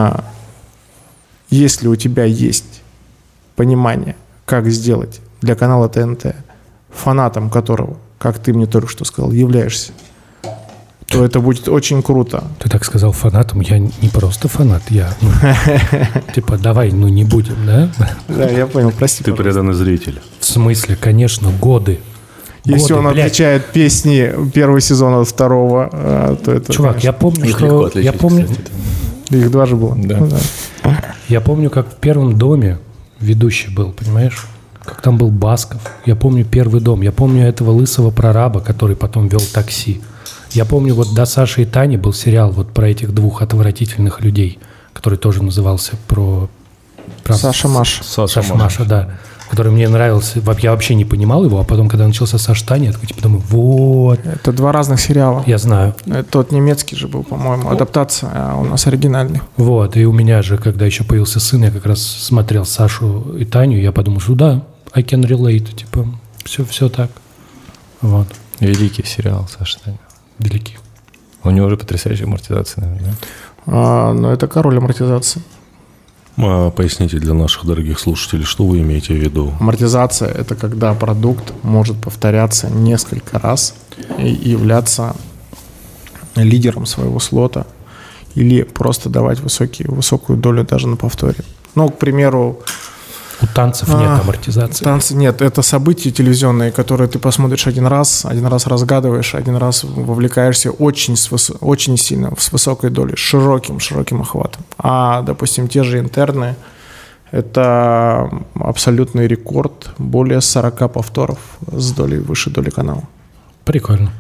у тебя есть понимание, как сделать для канала ТНТ, фанатом которого, как ты мне только что сказал, являешься, то это будет очень круто. Ты так сказал фанатом, я не просто фанат, я, типа, давай, не будем, да? Да, я понял, прости. Ты преданный зритель. В смысле, конечно, годы. Если он отличает песни первого сезона от второго, то это... Чувак, я помню, их легко отличить, Их два же было. Да. Я помню, как в «Первом доме» ведущий был, понимаешь? Как там был Басков. Я помню «Первый дом». Я помню этого лысого прораба, который потом вел «Такси». Я помню, вот до Саши и Тани был сериал вот про этих двух отвратительных людей, который тоже назывался про Саша Маша. Саша Маша, да. Который мне нравился. Я вообще не понимал его, а потом, когда начался Саша Таня, я такой, типа, думаю, вот. Это два разных сериала. Я знаю. Тот немецкий же был, по-моему, адаптация, а у нас оригинальный. Вот, и у меня же, когда еще появился сын, я как раз смотрел Сашу и Таню, я подумал, что да, I can relate, типа, все так. Вот. Великий сериал, Саша Таня. Великий. У него же потрясающая амортизация, наверное, Но это король амортизации. Поясните для наших дорогих слушателей, что вы имеете в виду? Амортизация – это когда продукт может повторяться несколько раз и являться лидером своего слота или просто давать высокую долю даже на повторе. Ну, к примеру… У танцев нет амортизации. Танцы нет. Это события телевизионные, которые ты посмотришь один раз разгадываешь, один раз вовлекаешься очень сильно, с высокой долей, с широким охватом. А, допустим, те же интерны – это абсолютный рекорд, более 40 повторов с выше доли канала. Прикольно.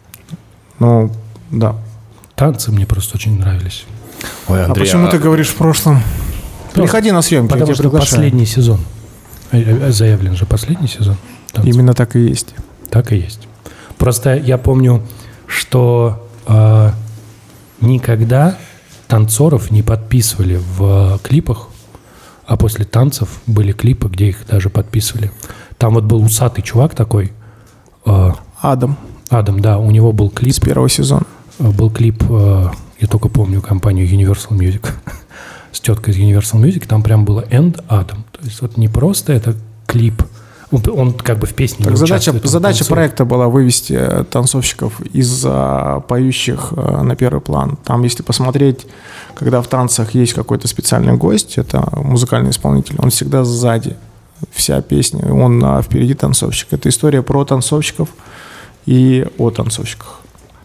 Ну, да. Танцы мне просто очень нравились. Ой, Андрей, почему ты говоришь в прошлом? Приходи на съемки, потому я тебя что приглашаю. последний сезон. Заявлен же последний сезон. Танцев. Именно так и есть. Так и есть. Просто я помню, что никогда танцоров не подписывали в клипах, а после танцев были клипы, где их даже подписывали. Там вот был усатый чувак такой. Адам. Адам, да, у него был клип. С первого сезона. Был клип, я только помню компанию Universal Music, с теткой из Universal Music, там прям было «And Adam». То есть вот не просто это клип, он как бы в песне так не участвует. задача проекта была вывести танцовщиков из поющих на первый план. Там, если посмотреть, когда в танцах есть какой-то специальный гость, это музыкальный исполнитель, он всегда сзади. Вся песня, он впереди танцовщик. Это история про танцовщиков и о танцовщиках.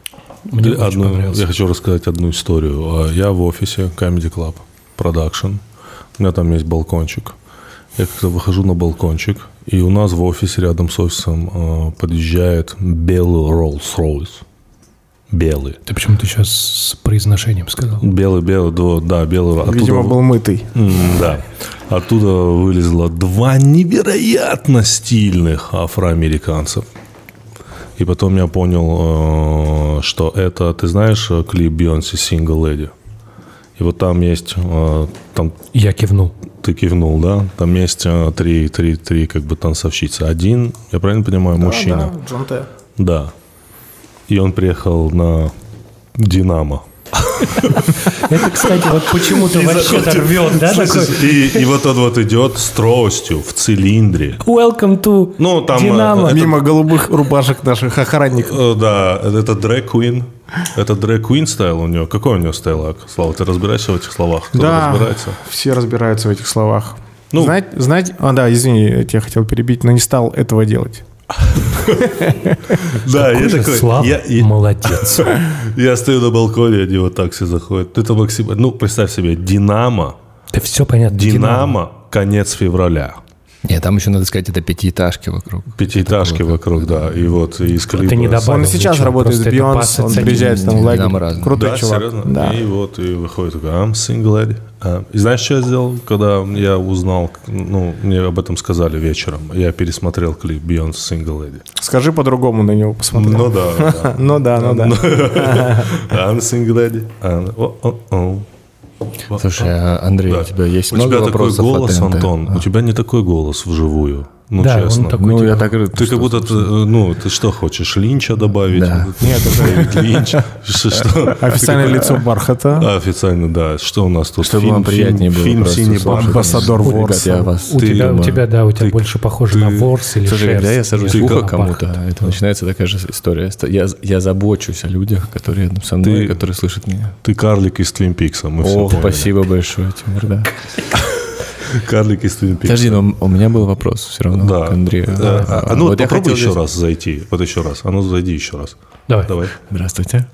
Я хочу рассказать одну историю. Я в офисе Comedy Club Production. У меня там есть балкончик. Я как-то выхожу на балкончик, и у нас в офисе рядом с офисом подъезжает белый Rolls-Royce. Белый. Ты почему-то сейчас с произношением сказал? Белый, да, белый. Видимо, был мытый. Да. Оттуда вылезло два невероятно стильных афроамериканцев. И потом я понял, что это, ты знаешь, клип Бейонсе «Single Lady»? И вот там есть... Я кивнул. Ты кивнул, да? Там есть три как бы танцовщицы. Один, я правильно понимаю, мужчина? Да, Джон Т. Да. И он приехал на «Динамо». Это, кстати, вот почему-то вообще-то рвет, да? И вот он вот идет с тростью в цилиндре. Welcome to Динамо. Мимо голубых рубашек наших охранников. Да, это дрэг-квин. Это дрэг-квин стайл у него. Какой у него стайлак? Слава, ты разбираешься в этих словах? Кто разбирается? Все разбираются в этих словах. Ну, знаете, извини, я тебя хотел перебить, но не стал этого делать. Да, я такой... Слав, молодец. Я стою на балконе, они вот так все заходят. Это максимально... Ну, представь себе, «Динамо». Да все понятно. «Динамо», конец февраля. Нет, там еще надо сказать, это пятиэтажки вокруг. Пятиэтажки вокруг, да. И вот из клипа... Это не добавил. Он и сейчас работает с Бейонсе, он приезжает там в лагерь. Крутой да, чувак. Серьезно? Да. И вот, и выходит такой, I'm single lady. И знаешь, что я сделал, когда я узнал, мне об этом сказали вечером. Я пересмотрел клип Бейонсе «Single Lady». Скажи по-другому на него посмотрел. Ну да. Ну да. I'm single lady. Слушай, Андрей, Да. у тебя есть У много тебя такой вопросов голос, от ТНТ? Антон. У тебя не такой голос вживую. Ну, Да, он честно. такой, Ну, я типа, так говорю. Ты как будто, ты что хочешь, Линча добавить? Да. Нет, это Линч. Что? официальное лицо Бархата. А, официально, да. Что у нас тут? Чтобы вам приятнее было Фильм просто «Синий слушать. бархат». Амбассадор Ребят, Ворса. я вас... У тебя ты- больше похоже на ворс или Слушай, когда я шерсть. сажусь в или ухо на кому-то, бархат. это начинается такая же история. Я забочусь о людях, которые рядом со мной, Ты- которые слышат меня. Ты карлик из Твин Пикса, мы все Ох, поняли. спасибо большое, Тимур, да. Карлик из Твин Пикса. Подожди, но у меня был вопрос все равно Да. к Андрею. А ну, Вот я попробуй хотел еще здесь- раз зайти. Вот еще раз. А ну, зайди еще раз. Давай. Давай. Здравствуйте.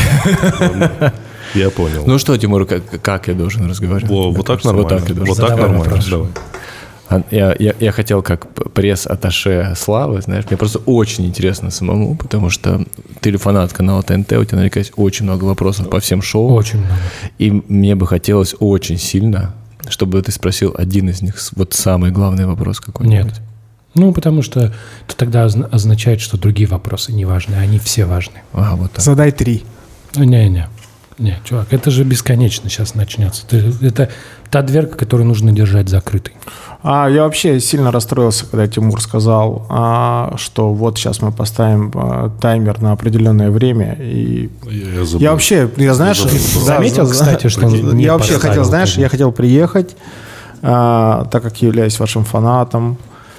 Я понял. Ну что, Тимур, как я должен разговаривать? Вот так Вот нормально. так я должен. Вот так Задавай нормально. вопрос. Давай. Я хотел как пресс-атташе Славы, знаешь, мне просто очень интересно самому, потому что ты фанат канала ТНТ, у тебя наверняка есть очень много вопросов по всем шоу. Очень много. И мне бы хотелось очень сильно, чтобы ты спросил один из них, вот самый главный вопрос какой-нибудь. Нет. Ну, потому что это тогда означает, что другие вопросы не важны, они все важны. Ага, вот так. Задай 3. Ну, не, чувак, это же бесконечно сейчас начнется. Это та дверка, которую нужно держать закрытой. Я вообще сильно расстроился, когда Тимур сказал, что вот сейчас мы поставим таймер на определенное время. И Я забыл. я вообще, знаешь, Заметил, кстати, что он не я вообще поставил хотел, знаешь, таймер? я хотел приехать, так как являюсь вашим фанатом,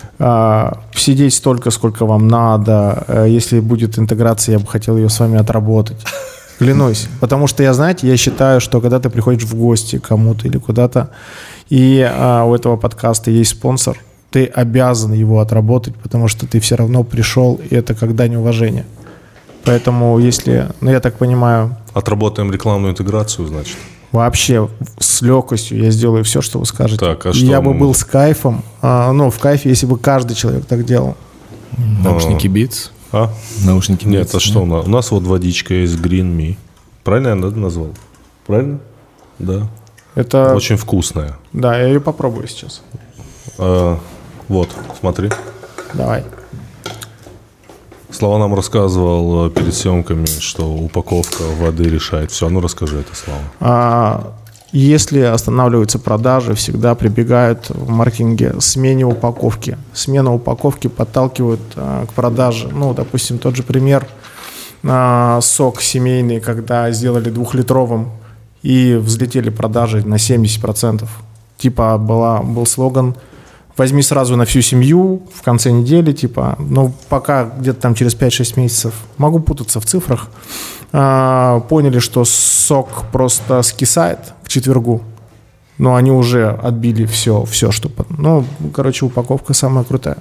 сидеть столько, сколько вам надо. Если будет интеграция, я бы хотел ее с вами отработать. Клянусь. Потому что я считаю, что когда ты приходишь в гости к кому-то или куда-то, и у этого подкаста есть спонсор, ты обязан его отработать, потому что ты все равно пришел, и это как дань уважения. Поэтому если, я так понимаю, Отработаем рекламную интеграцию, значит. вообще с легкостью я сделаю все, что вы скажете. Так, а И что я бы мы- был с кайфом, в кайфе, если бы каждый человек так делал. Наушники Beats. А? Наушники Нет, Beats. а что у нас? У нас вот водичка есть Green Me. Правильно я назвал? Правильно? Да. Это, Очень вкусная. да, я ее попробую сейчас. Вот, смотри. Давай. Слава нам рассказывал перед съемками, что упаковка воды решает все. Ну, расскажи это, Слава. Если останавливаются продажи, всегда прибегают в маркетинге к смене упаковки. Смена упаковки подталкивает к продаже. Допустим, тот же пример. Сок семейный, когда сделали 2-литровым и взлетели продажи на 70%. Типа был слоган «Возьми сразу на всю семью в конце недели». Пока где-то там через 5-6 месяцев, могу путаться в цифрах, поняли, что сок просто скисает к четвергу. Но они уже отбили все, что... упаковка самая крутая.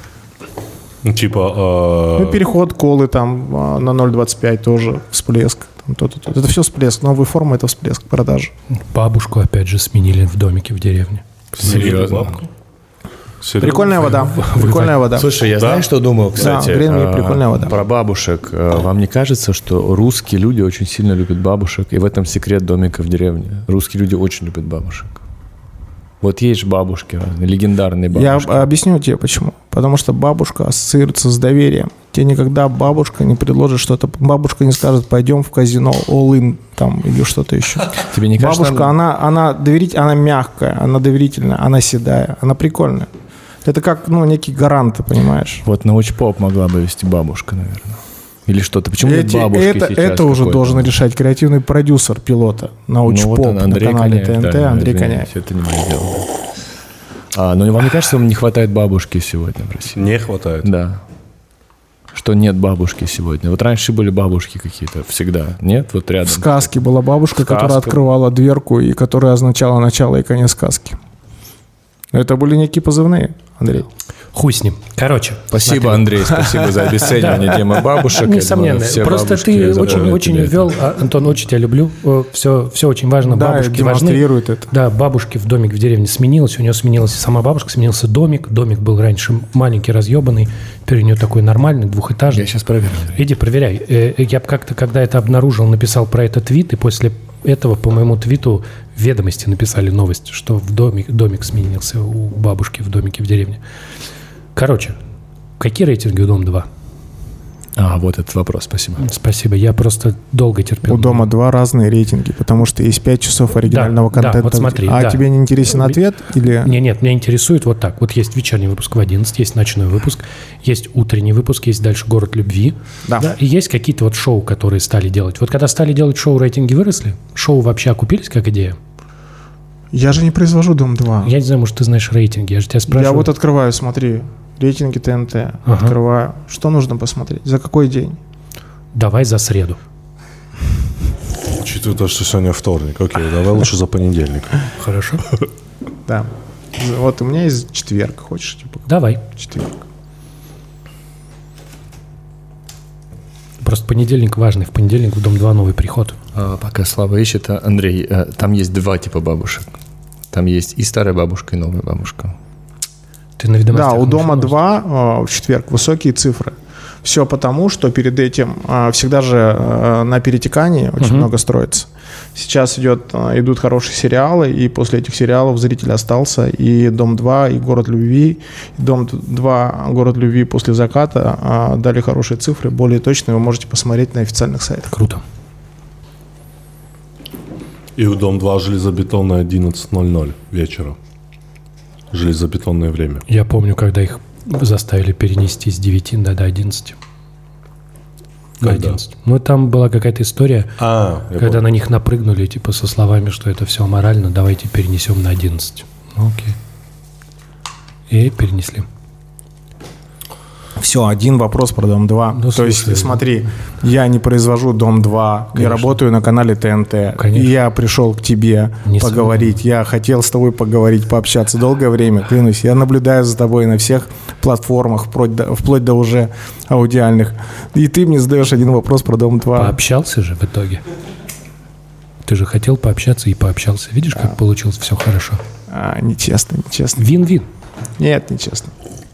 Переход колы там на 0,25 тоже всплеск. Это все всплеск. Новые формы – это всплеск продажи. Бабушку опять же сменили в домике в деревне. Серьезно? Прикольная вода. Прикольная вода. Слушай, я знаю, что думаю, кстати, Green Me прикольная вода. про бабушек. Вам не кажется, что русские люди очень сильно любят бабушек, и в этом секрет домика в деревне? Русские люди очень любят бабушек. Вот есть же бабушки разные, легендарные бабушки. Я объясню тебе почему. Потому что бабушка ассоциируется с доверием. Тебе никогда бабушка не предложит что-то. Бабушка не скажет, пойдем в казино, all-in там или что-то еще. Тебе не кажется, Бабушка, она доверительная, она мягкая, она доверительная, она седая, она прикольная. Это как, некий гарант, ты понимаешь? Вот научпоп могла бы вести бабушка, наверное. Или что-то. Почему нет бабушки сейчас? Это уже какой-то? должен решать креативный продюсер пилота. Научпоп на Андрей канале Коняев, ТНТ, да, Андрей извините, Коняев. Это не мое дело. Но вам не кажется, вам не хватает бабушки сегодня в России? Не хватает. Да. Что нет бабушки сегодня. Вот раньше были бабушки какие-то всегда. Нет? Вот рядом. В сказке была бабушка, Сказка. которая открывала дверку и которая означала начало и конец сказки. Это были некие позывные, Андрей. Хуй с ним. Короче. Спасибо, смотри. Андрей, спасибо за обесценивание темы бабушек. Я думаю, Несомненно. все Просто бабушки ты запомнят очень тебе это. ввел. Антон, очень тебя люблю. Все очень важно. Да, Бабушки важны. демонстрирует это. Да, бабушки в домик в деревне сменилась. У нее сменилась и сама бабушка, сменился домик. Домик был раньше маленький, разъебанный. Теперь у нее такой нормальный, двухэтажный. Я сейчас проверю. Иди, проверяй. Я как-то, когда это обнаружил, написал про это твит, и после этого по моему твиту в «Ведомости» написали новость, что домик сменился у бабушки в домике в деревне. Короче, какие рейтинги у «Дом-2»? Вот этот вопрос, спасибо. Спасибо, я просто долго терпел. У «Дома-2» разные рейтинги, потому что есть 5 часов оригинального контента. вот смотри, тебе не интересен ответ? Или... Нет, меня интересует вот так. Вот есть вечерний выпуск в 11, есть ночной выпуск, есть утренний выпуск, есть дальше «Город любви». Да. И есть какие-то вот шоу, которые стали делать. Вот когда стали делать шоу, рейтинги выросли? Шоу вообще окупились как идея? Я же не произвожу «Дом-2». Я не знаю, может, ты знаешь рейтинги. Я же тебя спрашиваю. Я вот открываю, смотри, рейтинги ТНТ. Открываю. Что нужно посмотреть? За какой день? Давай за среду. Учитывая то, что сегодня вторник. Окей, давай лучше за понедельник. Хорошо? Да. Вот у меня есть четверг. Хочешь? Типа, Давай. четверг. Просто понедельник важный. В понедельник в Дом-2 новый приход. Пока Слава ищет, Андрей, там есть 2 типа бабушек. Там есть и старая бабушка, и новая бабушка. Ты на «Ведомостях» Да, у можешь «Дома-2» в четверг высокие цифры. Все потому, что перед этим всегда же на перетекании очень много строится. Сейчас идут хорошие сериалы, и после этих сериалов зритель остался. И «Дом-2», и «Город любви». И «Дом-2», «Город любви» после заката дали хорошие цифры. Более точные вы можете посмотреть на официальных сайтах. Круто. И у «Дом-2» железобетонное 11:00 вечера. Железобетонное время. Я помню, когда их заставили перенести с 9 до 11. На 11. Ну, там была какая-то история, когда на них напрыгнули, типа, со словами, что это все аморально, давайте перенесем на 11. Ну, окей. И перенесли. Все, один вопрос про «Дом-2». Ну, То слушай, есть, смотри, я не произвожу «Дом-2», не работаю на канале ТНТ. Конечно. И я пришел к тебе поговорить. Я хотел с тобой поговорить, пообщаться долгое время, клянусь. Я наблюдаю за тобой на всех платформах, вплоть до уже аудиальных. И ты мне задаешь один вопрос про «Дом-2». Пообщался же в итоге. Ты же хотел пообщаться и пообщался. Видишь, как получилось все хорошо? Нечестно. Вин-вин. Нет, нечестно.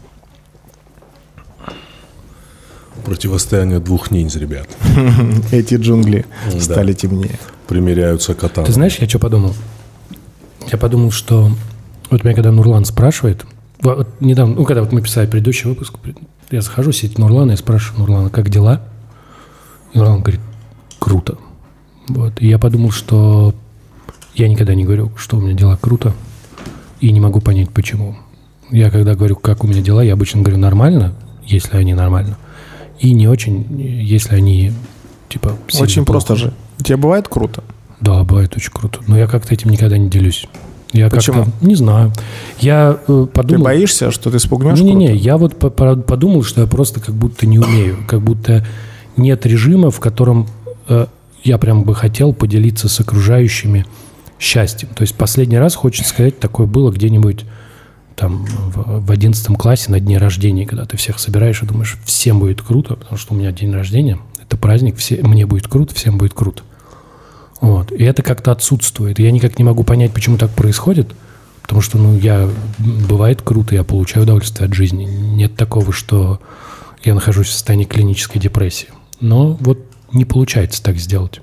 Противостояние 2 ниндзя, ребят. Эти джунгли стали темнее. Примеряются катаны. Ты знаешь, я что подумал? Я подумал, что вот меня когда Нурлан спрашивает, вот недавно, когда вот мы писали предыдущий выпуск, я захожу в сеть Нурлана и спрашиваю Нурлана, как дела? И Нурлан говорит, круто. Вот. И я подумал, что я никогда не говорю, что у меня дела круто, и не могу понять, почему. Я когда говорю, как у меня дела, я обычно говорю нормально, если они нормально, и не очень, если они, типа, очень плохо. Просто же. У тебя бывает круто? Да, бывает очень круто. Но я как-то этим никогда не делюсь. Я Почему? Не знаю. Я подумал... Ты боишься, что ты спугнешь? Не, я вот подумал, что я просто как будто не умею. Как будто нет режима, в котором я прям бы хотел поделиться с окружающими счастьем. То есть последний раз, хочется сказать, такое было где-нибудь там в 11 классе на дне рождения, когда ты всех собираешь и думаешь, всем будет круто, потому что у меня день рождения, это праздник, мне будет круто, всем будет круто. Вот. И это как-то отсутствует. Я никак не могу понять, почему так происходит, потому что, бывает круто, я получаю удовольствие от жизни. Нет такого, что я нахожусь в состоянии клинической депрессии. Но вот не получается так сделать.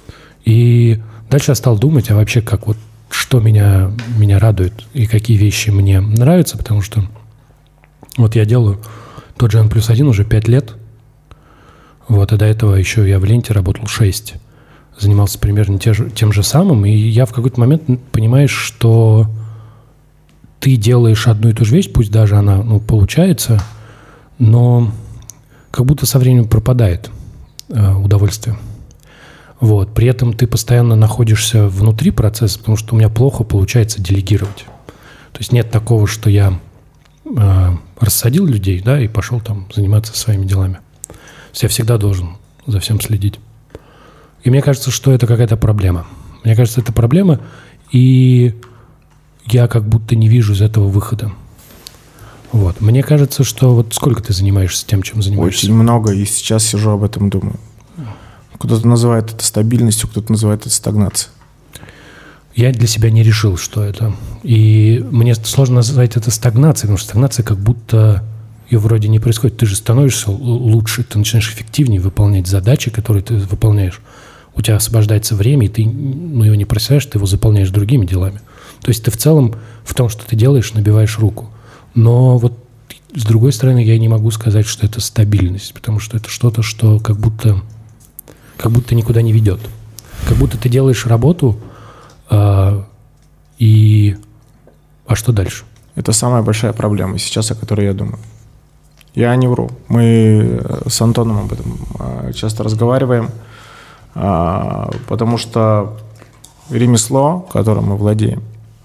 И дальше я стал думать, а вообще как вот что меня радует и какие вещи мне нравятся, потому что вот я делаю тот же N+1 уже 5 лет, вот, а до этого еще я в ленте работал 6, занимался примерно тем же самым, и я в какой-то момент понимаешь, что ты делаешь одну и ту же вещь, пусть даже она, получается, но как будто со временем пропадает удовольствие. Вот. При этом ты постоянно находишься внутри процесса, потому что у меня плохо получается делегировать. То есть нет такого, что я рассадил людей, да, и пошел там заниматься своими делами. То есть я всегда должен за всем следить. И мне кажется, что это какая-то проблема. Мне кажется, это проблема, и я как будто не вижу из этого выхода. Вот. Мне кажется, что вот сколько ты занимаешься тем, чем занимаешься? Очень много, и сейчас сижу об этом думаю. Кто-то называет это стабильностью, кто-то называет это стагнацией. Я для себя не решил, что это. И мне сложно назвать это стагнацией, потому что стагнация как будто ее вроде не происходит. Ты же становишься лучше, ты начинаешь эффективнее выполнять задачи, которые ты выполняешь. У тебя освобождается время, и ты его не просяешь, ты его заполняешь другими делами. То есть ты в целом в том, что ты делаешь, набиваешь руку. Но вот с другой стороны, я не могу сказать, что это стабильность, потому что это что-то, что как будто никуда не ведет. Как будто ты делаешь работу, а что дальше? Это самая большая проблема сейчас, о которой я думаю. Я не вру. Мы с Антоном об этом часто разговариваем, потому что ремесло, которым мы владеем,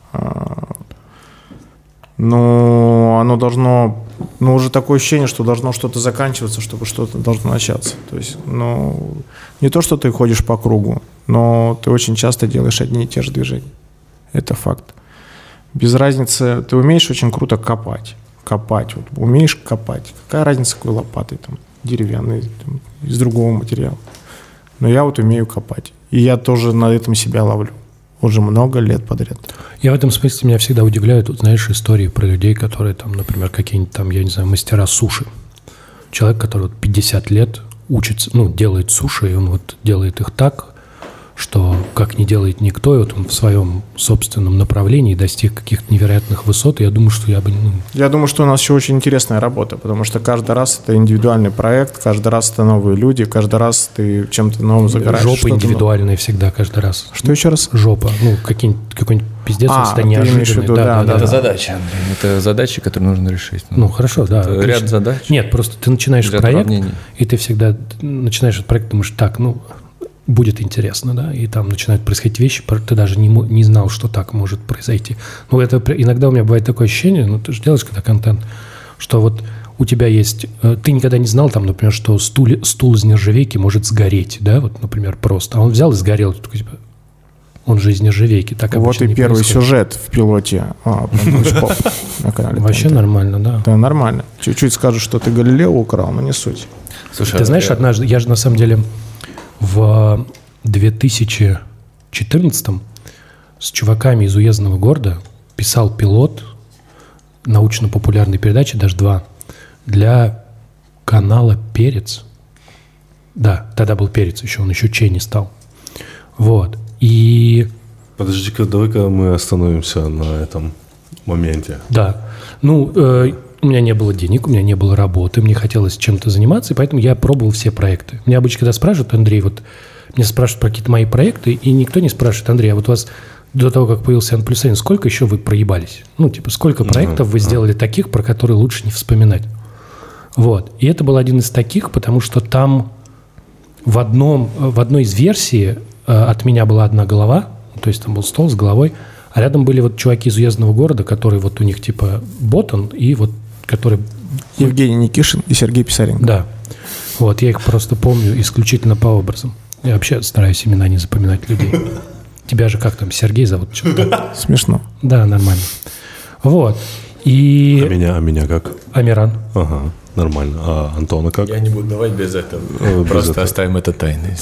оно должно, уже такое ощущение, что должно что-то заканчиваться, чтобы что-то должно начаться. То есть, не то, что ты ходишь по кругу, но ты очень часто делаешь одни и те же движения. Это факт. Без разницы, ты умеешь очень круто копать. Вот, умеешь копать. Какая разница, какой лопатой, там, деревянной, там, из другого материала. Но я вот умею копать. И я тоже на этом себя ловлю. Уже много лет подряд. Я в этом смысле, меня всегда удивляют, знаешь, истории про людей, которые там, например, какие-нибудь там, я не знаю, мастера суши. Человек, который 50 лет учится, делает суши, и он вот делает их так, что как не делает никто, и вот он в своем собственном направлении достиг каких-то невероятных высот, и я думаю, что я бы... Я думаю, что у нас еще очень интересная работа, потому что каждый раз это индивидуальный проект, каждый раз это новые люди, каждый раз ты чем-то новым загораешь. Жопа индивидуальная всегда, каждый раз. Что еще раз? Жопа. Какой-нибудь пиздец, это неожиданный. Да. Это задача, Андрей. Это задачи, которые нужно решить. Хорошо, да. Ряд задач. Нет, просто ты начинаешь проект, и ты всегда начинаешь этот проект, думаешь, так, будет интересно, да, и там начинают происходить вещи, ты даже не знал, что так может произойти. Это иногда у меня бывает такое ощущение, ты же делаешь когда контент, что вот у тебя есть, ты никогда не знал, там, например, что стул из нержавейки может сгореть, да, вот, например, просто, а он взял и сгорел, ты такой, типа, он же из нержавейки, так обычно вот и не первый происходит. Сюжет в пилоте на канале. Вообще нормально, да. Да, нормально. Чуть-чуть скажешь, что ты Галилео украл, но не суть. Слушай, ты знаешь, однажды, я же на самом деле в 2014-м с чуваками из уездного города писал пилот научно-популярной передачи, даже 2, для канала «Перец». Да, тогда был «Перец» еще, он еще «Чей» не стал. Вот. И... Подожди-ка, давай-ка мы остановимся на этом моменте. Да. У меня не было денег, у меня не было работы, мне хотелось чем-то заниматься, и поэтому я пробовал все проекты. Меня обычно, когда спрашивают, Андрей, меня спрашивают про какие-то мои проекты, и никто не спрашивает, Андрей, а вот у вас до того, как появился N+1, сколько еще вы проебались? Сколько проектов вы сделали таких, про которые лучше не вспоминать? Вот. И это был один из таких, потому что там в одной из версий от меня была одна голова, то есть там был стол с головой, а рядом были чуваки из уездного города, которые у них типа Ботан, и которые... Евгений Никишин и Сергей Писаренко. Да. Вот, я их просто помню исключительно по образам. Я вообще стараюсь имена не запоминать людей. Тебя же как там, Сергей зовут? Смешно. Да, нормально. Вот. И... А меня как? Амиран. Ага, нормально. А Антона как? Я не буду давать без этого. Просто оставим это тайной.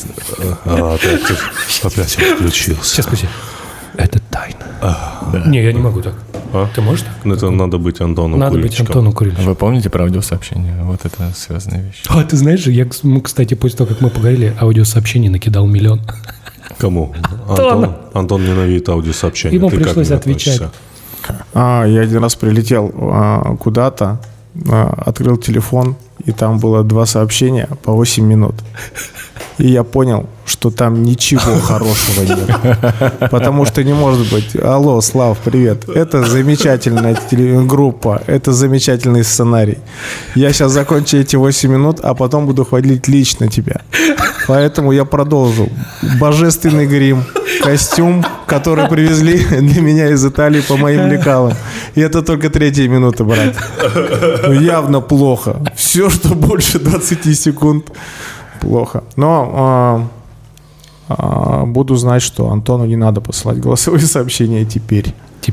Опять включился. Сейчас, пусть. Это тайна. Не, я не могу так. Ты можешь так? Это надо быть Антоном Надо быть Антоном Курильчиком. Вы помните про аудиосообщение? Вот это связанная вещь. Ты знаешь же, кстати, после того, как мы поговорили, аудиосообщений накидал 1 000 000. Кому? Антон ненавидит аудиосообщения. Ему пришлось отвечать. Я один раз прилетел куда-то, открыл телефон, и там было 2 сообщения по 8 минут. И я понял, что там ничего хорошего нет. Потому что не может быть. Алло, Слав, привет. Это замечательная группа, это замечательный сценарий. Я сейчас закончу эти 8 минут, а потом буду хвалить лично тебя. Поэтому я продолжу. Божественный грим, костюм, который привезли для меня из Италии по моим лекалам. И это только 3-я минута, брат. Явно плохо. Все, что больше 20 секунд, плохо. Но буду знать, что Антону не надо посылать голосовые сообщения теперь.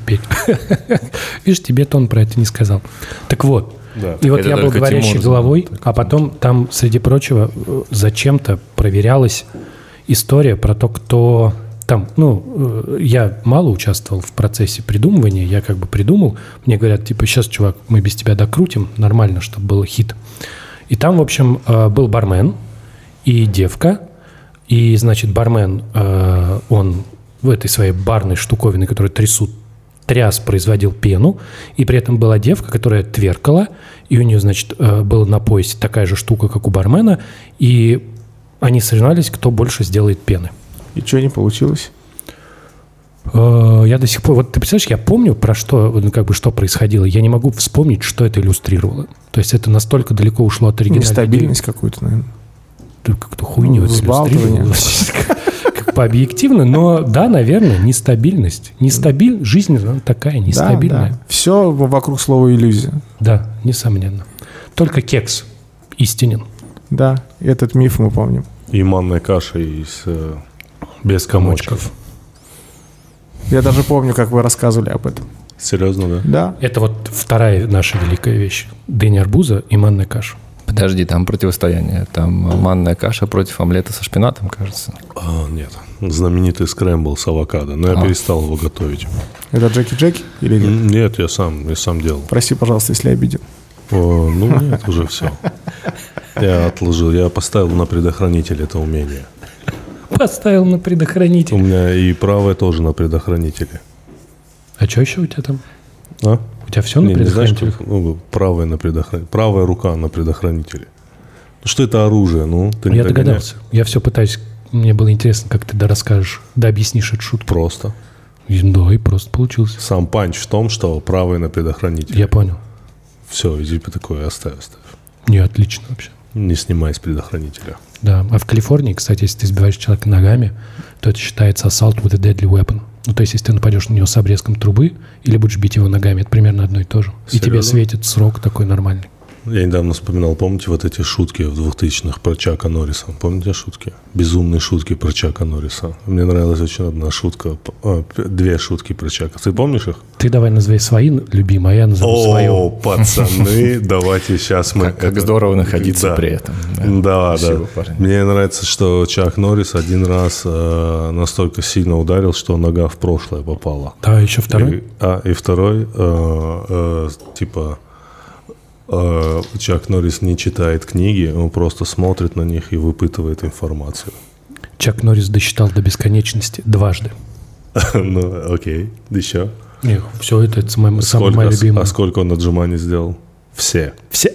Видишь, тебе-то он про это не сказал. Так вот. Да. И я был говорящей головой, а потом там, среди прочего, зачем-то проверялась история про то, кто... Там, я мало участвовал в процессе придумывания, я как бы придумал. Мне говорят, типа, сейчас, чувак, мы без тебя докрутим, нормально, чтобы был хит. И там, в общем, был бармен и девка. И, значит, бармен, он в этой своей барной штуковине, которую трясут тряс, производил пену, и при этом была девка, которая тверкала, и у нее, значит, была на поясе такая же штука, как у бармена, и они соревновались, кто больше сделает пены. И что не получилось? Я до сих пор... Вот ты представляешь, я помню, про что, как бы, что происходило. Я не могу вспомнить, что это иллюстрировало. То есть это настолько далеко ушло от оригинала. Нестабильность какую-то, наверное. Как-то хуйню это взбалтывание. Как по-объективно, но да, наверное, нестабильность. Жизнь она такая нестабильная. Да. Все вокруг слова иллюзия. Да, несомненно. Только кекс истинен. Да, этот миф мы помним. И манная каша без комочков. Я даже помню, как вы рассказывали об этом. Серьезно, да? Да. Это вот вторая наша великая вещь. Дыня арбуза и манная каша. Подожди, там противостояние. Там манная каша против омлета со шпинатом, кажется. Нет. Знаменитый скрэмбл с авокадо. Но я перестал его готовить. Это Джеки или нет? Нет, я сам делал. Прости, пожалуйста, если обидел. Ну нет, уже все. Я отложил. Я поставил на предохранитель это умение. Поставил на предохранитель. У меня и правое тоже на предохранителе. А что еще у тебя там? А? У тебя все на предохранителе? Правая на предохранителе. Правая рука на предохранителе. Что это оружие? Ты не Я догадался. Я все пытаюсь... Мне было интересно, как ты расскажешь, объяснишь эту шутку. Просто. Да, и просто получился. Сам панч в том, что правая на предохранителе. Я понял. Все, иди такое оставь. Не, отлично вообще. Не снимай с предохранителя. Да, а в Калифорнии, кстати, если ты избиваешь человека ногами, то это считается assault with a deadly weapon. То есть, если ты нападешь на него с обрезком трубы или будешь бить его ногами, это примерно одно и то же. Серьезно? И тебе светит срок такой нормальный. Я недавно вспоминал, помните вот эти шутки в 2000-х про Чака Норриса? Помните шутки? Безумные шутки про Чака Норриса. Мне нравилась очень одна шутка, две шутки про Чака. Ты помнишь их? Ты давай назови свои любимые, а я назову свою. О, пацаны, давайте сейчас мы... Как здорово находиться при этом. Да. Спасибо, парни. Мне нравится, что Чак Норрис один раз настолько сильно ударил, что нога в прошлое попала. Да, еще второй. И второй, Чак Норрис не читает книги, он просто смотрит на них и выпытывает информацию. Чак Норрис досчитал до бесконечности дважды. Ну, окей, еще. Нет, все это самое любимое. А сколько он отжиманий сделал? Все.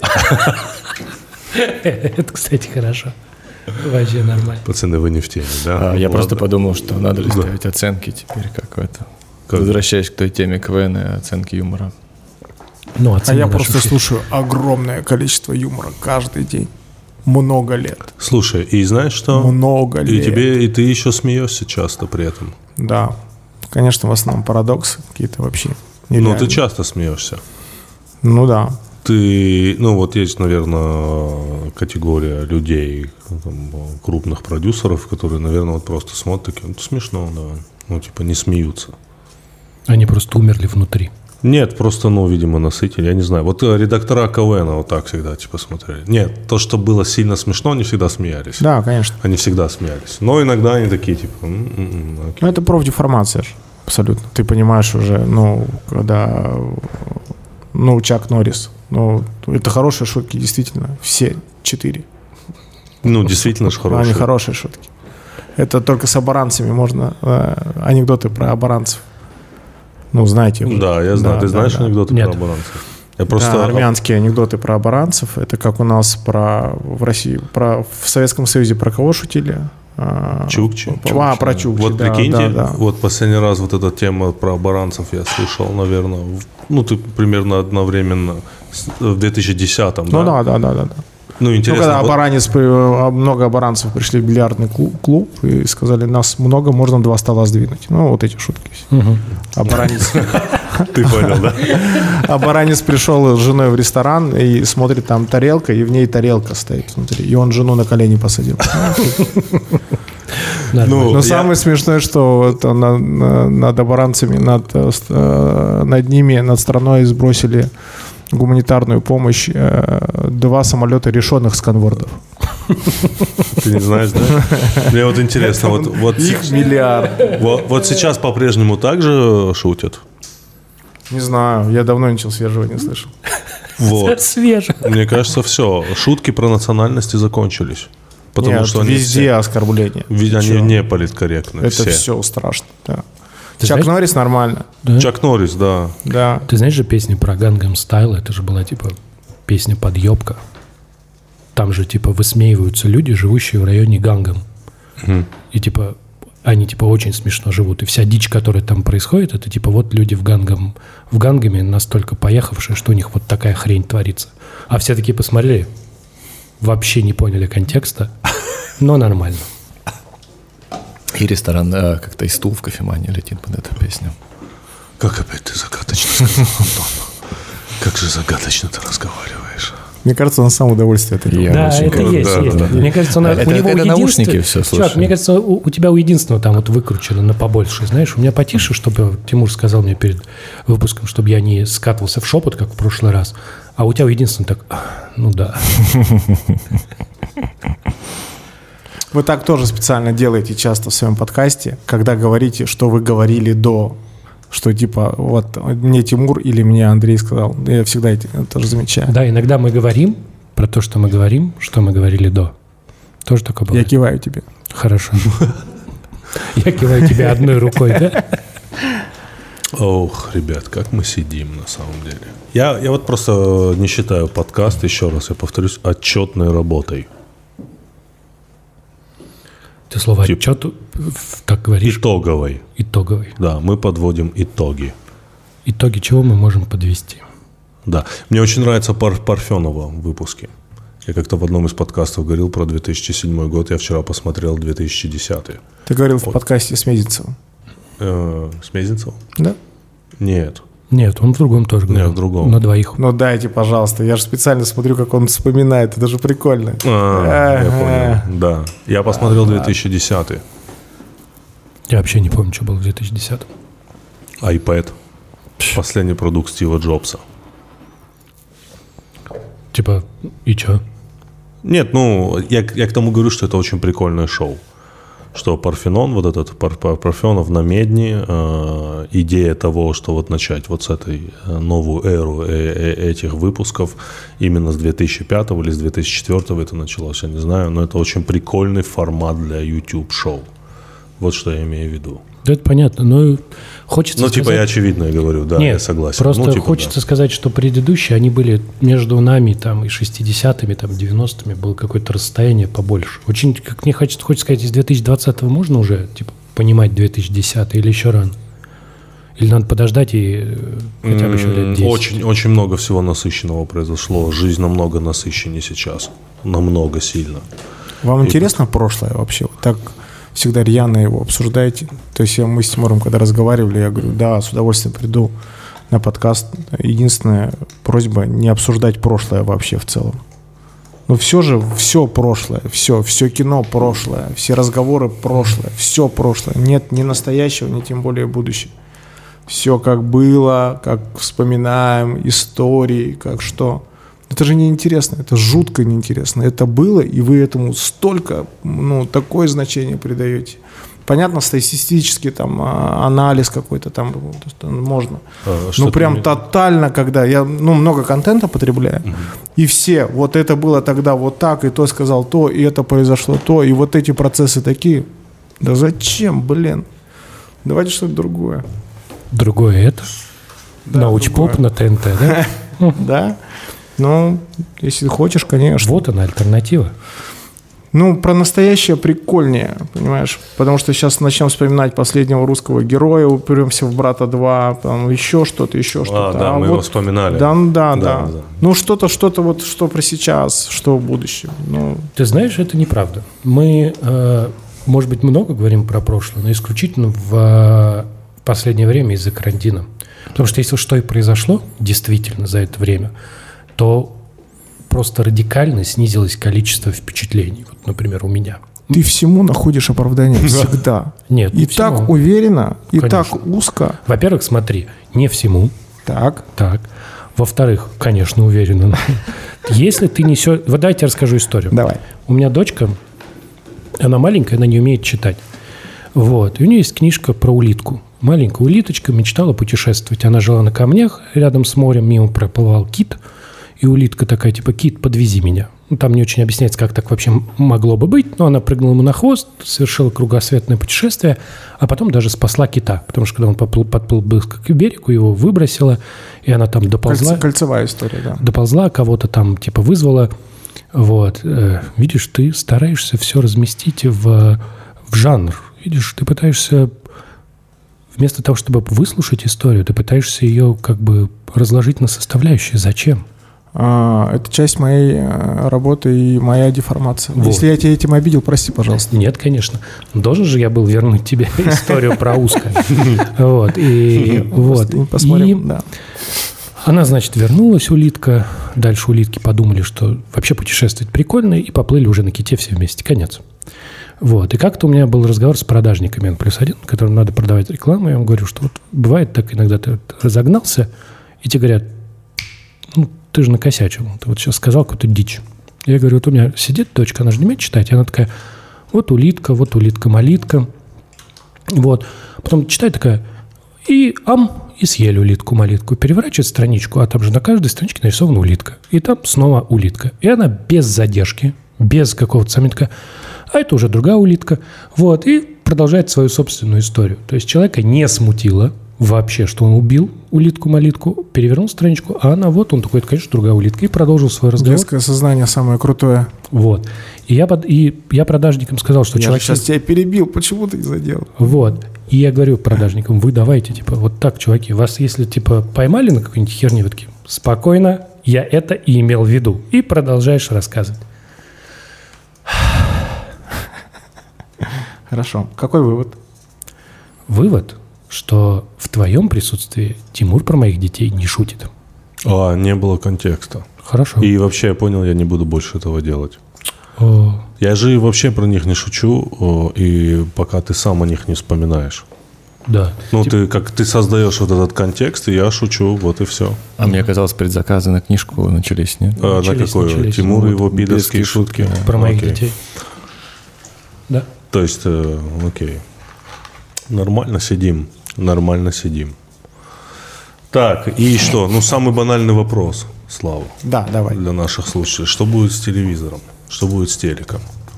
Это, кстати, хорошо. Вообще нормально. Пацаны, вы не в теме, да? Я просто подумал, что надо ли ставить оценки теперь какой-то. Возвращаясь к той теме КВН и оценки юмора. А я просто слушаю огромное количество юмора каждый день. Много лет. Слушай, и знаешь что? Много лет. И ты еще смеешься часто при этом. Да. Конечно, в основном парадоксы какие-то вообще нереальные. Ты часто смеешься. Ну да. Вот есть, наверное, категория людей, крупных продюсеров, которые, наверное, вот просто смотрят такие, смешно, да. Не смеются. Они просто умерли внутри. Нет, просто, видимо, насытили, я не знаю. Вот редактора КВН вот так всегда, смотрели. Нет, то, что было сильно смешно, они всегда смеялись. Да, конечно. Они всегда смеялись. Но иногда они такие, окей. Это профдеформация же, абсолютно. Ты понимаешь уже, когда, Чак Норрис, это хорошие шутки, действительно, все 4. Действительно же хорошие. Они хорошие шутки. Это только с оборанцами можно, анекдоты про оборанцев. Знаете. Да, я знаю. Ты знаешь анекдоты про оборанцев? Да, армянские анекдоты про оборанцев. Это как у нас в России, в Советском Союзе про кого шутили? Чукчи. Про Чукчи. Вот прикиньте, вот последний раз вот эта тема про оборанцев я слышал, наверное, примерно одновременно в 2010-м, да? Да. Интересно. Когда много оборанцев пришли в бильярдный клуб и сказали, нас много, можно 2 стола сдвинуть. Вот эти шутки. Оборанец. Ты понял, да? Оборанец пришел с женой в ресторан и смотрит, там тарелка, и в ней тарелка стоит внутри. И он жену на колени посадил. Но самое смешное, что над оборанцами, над ними, над страной сбросили гуманитарную помощь 2 самолета решенных сканвордов. Ты не знаешь, да? Мне вот интересно, их миллиард. Вот сейчас по-прежнему так же шутят? Не знаю, я давно ничего свежего не слышал. Свежего. Мне кажется, все. Шутки про национальности закончились. Потому что везде оскорбления. Они не политкорректны. Это все страшно, да. Чак Норрис нормально. Да? Чак Норрис, да. Да. Ты знаешь же песню про Gangnam Style? Это же была типа песня подъебка. Там же типа высмеиваются люди, живущие в районе Гангам. И типа они типа очень смешно живут. И вся дичь, которая там происходит, это типа вот люди в Гангаме настолько поехавшие, что у них вот такая хрень творится. А все такие посмотрели, вообще не поняли контекста, но нормально. И ресторан как-то и стул в кофемании летит под эту песню. Как опять ты загадочно сказал, Антон? Как же загадочно ты разговариваешь. Мне кажется, он сам удовольствие от этого. Да, очень это круто. есть. Да, да. Мне кажется, у него это наушники единственное... все, слушай. Чувак, мне кажется, у тебя у единственного там вот выкручено на побольше. Знаешь, у меня потише, чтобы Тимур сказал мне перед выпуском, чтобы я не скатывался в шепот, как в прошлый раз. А у тебя у единственного так, ну да. Вы так тоже специально делаете часто в своем подкасте, когда говорите, что вы говорили до, что типа вот мне Тимур или мне Андрей сказал. Я всегда это тоже замечаю. Да, иногда мы говорим про то, что мы говорили до. Тоже такое Я бывает. киваю тебе. Хорошо. Я киваю тебе одной рукой, да? Ох, ребят, как мы сидим на самом деле. Я вот просто не считаю подкаст, еще раз я повторюсь, отчетной работой. Ты слово отчет, как говоришь, Итоговой. итоговый. Да, мы подводим итоги. Итоги чего мы можем подвести? Да. Мне очень нравится Парфенова в выпуске. Я как-то в одном из подкастов говорил про 2007 год. Я вчера посмотрел 2010. Ты говорил в подкасте с Мезенцевым. С Мезенцевым? Да? Нет. Нет, он в другом тоже говорил. Нет, в другом. На двоих. Ну дайте, пожалуйста. Я же специально смотрю, как он вспоминает. Это же прикольно. Я понял. Да. Я посмотрел 2010. Я вообще не помню, что было в 2010-м. iPad. Последний продукт Стива Джобса. Типа, и чё? Нет, ну, я к тому говорю, что это очень прикольное шоу. Что Парфенон, вот этот Парфенов на Медне, идея того, что вот начать вот с этой новую эру этих выпусков именно с 2005 или с 2004 это началось, я не знаю, но это очень прикольный формат для YouTube-шоу. Вот что я имею в виду. Да, это понятно, но хочется Ну, типа, я очевидное говорю, да, Нет, я согласен. Просто ну, типа, хочется да. сказать, что предыдущие, они были между нами там и 60-ми, там 90-ми, было какое-то расстояние побольше. Очень, как мне хочется сказать, из 2020-го можно уже, типа, понимать 2010 или еще рано? Или надо подождать и хотя бы еще лет 10? Очень, очень много всего насыщенного произошло. Жизнь намного насыщеннее сейчас. Намного сильно. Вам интересно прошлое вообще? Вот так всегда рьяно его обсуждаете? То есть мы с Тимуром, когда разговаривали, я говорю, да, с удовольствием приду на подкаст. Единственная просьба не обсуждать прошлое вообще в целом. Но все же, все прошлое, все кино прошлое, все разговоры прошлое, все прошлое. Нет ни настоящего, ни тем более будущего. Все как было, как вспоминаем, истории, как что. Это же неинтересно, это жутко неинтересно. Это было, и вы этому столько, такое значение придаете. Понятно, статистический там анализ какой-то там можно. Ну, прям тотально, когда я много контента потребляю, и все, вот это было тогда вот так, и то сказал то, и это произошло то, и вот эти процессы такие. Да зачем, блин? Давайте что-то другое. Другое это? Да, Научпоп другое. на ТНТ, да? Да. Ну, если хочешь, конечно. Вот она, альтернатива. Ну, про настоящее прикольнее, понимаешь? Потому что сейчас начнем вспоминать последнего русского героя, упремся в «Брата 2», там еще что-то. Да, мы его вспоминали. Да. Ну, что-то вот, что про сейчас, что в будущем. Ну, Ты знаешь, это неправда. Мы, может быть, много говорим про прошлое, но исключительно в последнее время из-за карантина. Потому что если что и произошло действительно за это время, то просто радикально снизилось количество впечатлений. Вот, например, у меня. ты всему находишь оправдание всегда. Нет, не И всему. так уверенно, и Конечно. так узко. Во-первых, смотри, не всему. Так. Так. Во-вторых, конечно, уверенно. Если ты несешь... Вот давайте я расскажу историю. Давай. У меня дочка, она маленькая, она не умеет читать. Вот. И у нее есть книжка про улитку. Маленькая улиточка мечтала путешествовать. Она жила на камнях рядом с морем, мимо проплывал кит. И улитка такая, типа, кит, подвези меня. там не очень объясняется, как так вообще могло бы быть, но она прыгнула ему на хвост, совершила кругосветное путешествие, а потом даже спасла кита, потому что когда он подплыл близко к берегу, его выбросило, и она там доползла. Кольцевая история, да. Доползла, кого-то там типа вызвала. Вот. Видишь, ты стараешься все разместить в жанр. Видишь, ты пытаешься, вместо того, чтобы выслушать историю, ты пытаешься ее как бы разложить на составляющие. Зачем? Это часть моей работы и моя деформация. Вот. Если я тебя этим обидел, прости, пожалуйста. Нет, конечно. Должен же я был вернуть тебе историю про узкое. Вот. И посмотрим, да. Она, значит, вернулась, улитка. Дальше улитки подумали, что вообще путешествовать прикольно, и поплыли уже на ките все вместе. Конец. Вот. И как-то у меня был разговор с продажниками N+1, которым надо продавать рекламу. Я вам говорю, что вот бывает так, иногда ты разогнался, и тебе говорят, ну, ты же накосячил. Ты вот сейчас сказал какую-то дичь. Я говорю, вот у меня сидит дочка, она же не умеет читать. И она такая, вот улитка-молитка. Вот. Потом читает такая, и съели улитку-молитку. Переворачивает страничку, а там же на каждой страничке нарисована улитка. И там снова улитка. И она без задержки, без какого-то сомнения, а это уже другая улитка. Вот. И продолжает свою собственную историю. То есть человека не смутило вообще, что он убил улитку-молитку, перевернул страничку, а она вот, он такой, это, конечно, другая улитка, и продолжил свой разговор. Детское сознание самое крутое. Вот. И я продажникам сказал, что человек... Я сейчас тебя перебил, почему ты их заделал? Вот. И я говорю продажникам, вы давайте, типа, вот так, чуваки, вас если, типа, поймали на какой-нибудь херне, вы такие, спокойно, я это и имел в виду. И продолжаешь рассказывать. Хорошо. Какой вывод? Вывод, что в твоем присутствии Тимур про моих детей не шутит. Не было контекста. Хорошо. И вообще я понял, я не буду больше этого делать. Я же вообще про них не шучу, и пока ты сам о них не вспоминаешь. Да. Ну, ты создаешь вот этот контекст, и я шучу, вот и все. А мне казалось, предзаказы на книжку начались, нет? На какой? Тимур и его пидорские шутки. Про моих детей. Да. То есть, окей. Нормально сидим. Так, и что? Ну, самый банальный вопрос, Слава. Да, давай. Для наших слушателей. Что будет с телевизором? Что будет с телеком?